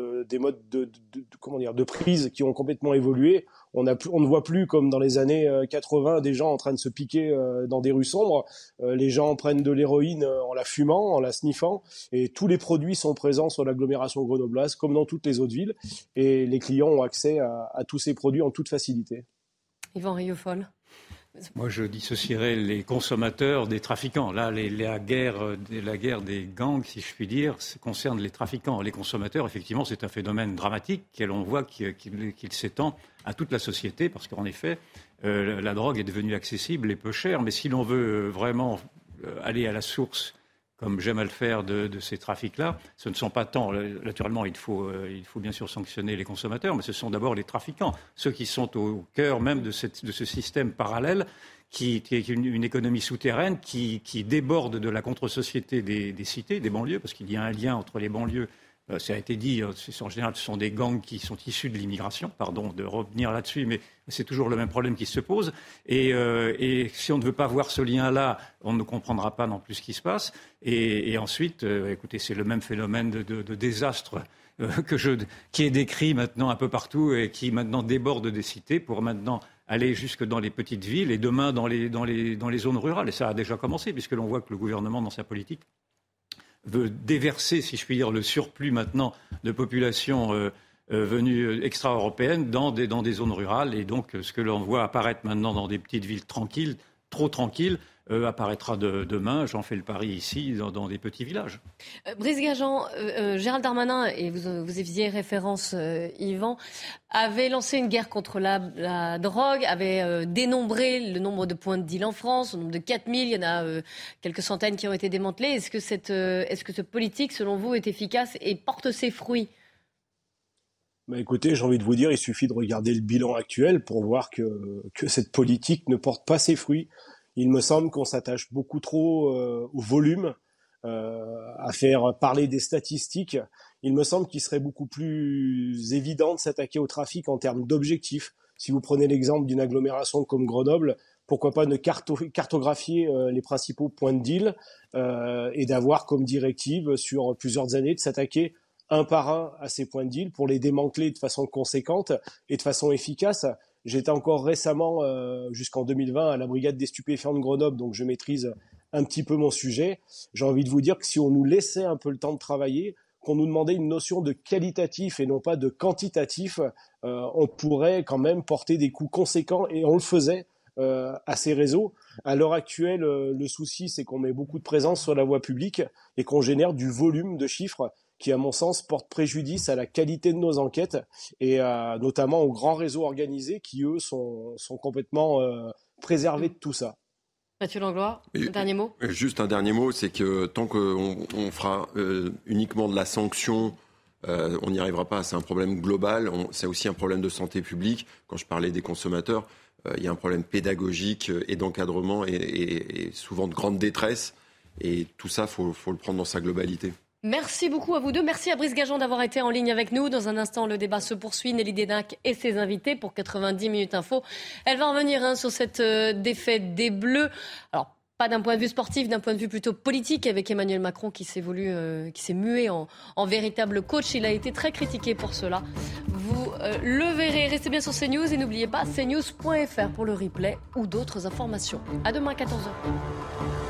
S23: de prise qui ont complètement évolué. On ne voit plus comme dans les années 80 des gens en train de se piquer dans des rues sombres. Les gens prennent de l'héroïne en la fumant, en la sniffant, et tous les produits sont présents sur l'agglomération grenobloise comme dans toutes les autres villes. Et les clients ont accès à tous ces produits en toute facilité.
S4: Yvan Rieufol.
S10: Moi, je dissocierais les consommateurs des trafiquants. Là, la guerre des gangs, si je puis dire, concerne les trafiquants. Les consommateurs, effectivement, c'est un phénomène dramatique on voit qu'il s'étend à toute la société, parce qu'en effet, la drogue est devenue accessible et peu chère. Mais si l'on veut vraiment aller à la source, comme j'aime à le faire, de ces trafics-là, ce ne sont pas tant... Naturellement, il faut bien sûr sanctionner les consommateurs, mais ce sont d'abord les trafiquants, ceux qui sont au cœur même de ce système parallèle, qui est une économie souterraine, qui déborde de la contre-société des cités, des banlieues, parce qu'il y a un lien entre les banlieues. Ça a été dit, en général, ce sont des gangs qui sont issus de l'immigration. Pardon de revenir là-dessus, mais c'est toujours le même problème qui se pose. Et si on ne veut pas voir ce lien-là, on ne comprendra pas non plus ce qui se passe. Et ensuite, écoutez, c'est le même phénomène de désastre qui est décrit maintenant un peu partout et qui maintenant déborde des cités pour maintenant aller jusque dans les petites villes et demain dans les zones rurales. Et ça a déjà commencé, puisque l'on voit que le gouvernement, dans sa politique, veut déverser, si je puis dire, le surplus maintenant de population venue extra-européenne dans des zones rurales. Et donc, ce que l'on voit apparaître maintenant dans des petites villes tranquilles, trop tranquilles, apparaîtra demain, j'en fais le pari ici, dans des petits villages.
S4: Brice Gageant, Gérald Darmanin, et vous faisiez référence, Yvan, avait lancé une guerre contre la drogue, avait dénombré le nombre de points de deal en France, au nombre de 4000, il y en a quelques centaines qui ont été démantelés. Est-ce que cette politique, selon vous, est efficace et porte ses fruits ?
S23: Écoutez, j'ai envie de vous dire, il suffit de regarder le bilan actuel pour voir que cette politique ne porte pas ses fruits. Il me semble qu'on s'attache beaucoup trop au volume, à faire parler des statistiques. Il me semble qu'il serait beaucoup plus évident de s'attaquer au trafic en termes d'objectifs. Si vous prenez l'exemple d'une agglomération comme Grenoble, pourquoi pas ne cartographier les principaux points de deal et d'avoir comme directive sur plusieurs années de s'attaquer un par un à ces points de deal pour les démanteler de façon conséquente et de façon efficace. J'étais encore récemment, jusqu'en 2020, à la brigade des stupéfiants de Grenoble, donc je maîtrise un petit peu mon sujet. J'ai envie de vous dire que si on nous laissait un peu le temps de travailler, qu'on nous demandait une notion de qualitatif et non pas de quantitatif, on pourrait quand même porter des coûts conséquents, et on le faisait à ces réseaux. À l'heure actuelle, le souci, c'est qu'on met beaucoup de présence sur la voie publique et qu'on génère du volume de chiffres qui, à mon sens, porte préjudice à la qualité de nos enquêtes et notamment aux grands réseaux organisés qui, eux, sont complètement préservés de tout ça.
S4: Mathieu Langlois, un dernier mot ?
S9: Juste un dernier mot, c'est que tant qu'on fera uniquement de la sanction, on n'y arrivera pas. C'est un problème global, c'est aussi un problème de santé publique. Quand je parlais des consommateurs, il y a un problème pédagogique et d'encadrement et souvent de grande détresse. Et tout ça, faut le prendre dans sa globalité.
S4: Merci beaucoup à vous deux. Merci à Brice Gageon d'avoir été en ligne avec nous. Dans un instant, le débat se poursuit. Nelly Denac et ses invités pour 90 minutes info. Elle va revenir sur cette défaite des Bleus. Alors, pas d'un point de vue sportif, d'un point de vue plutôt politique, avec Emmanuel Macron qui s'est mué en véritable coach. Il a été très critiqué pour cela. Vous le verrez. Restez bien sur CNews et n'oubliez pas cnews.fr pour le replay ou d'autres informations. À demain, 14h.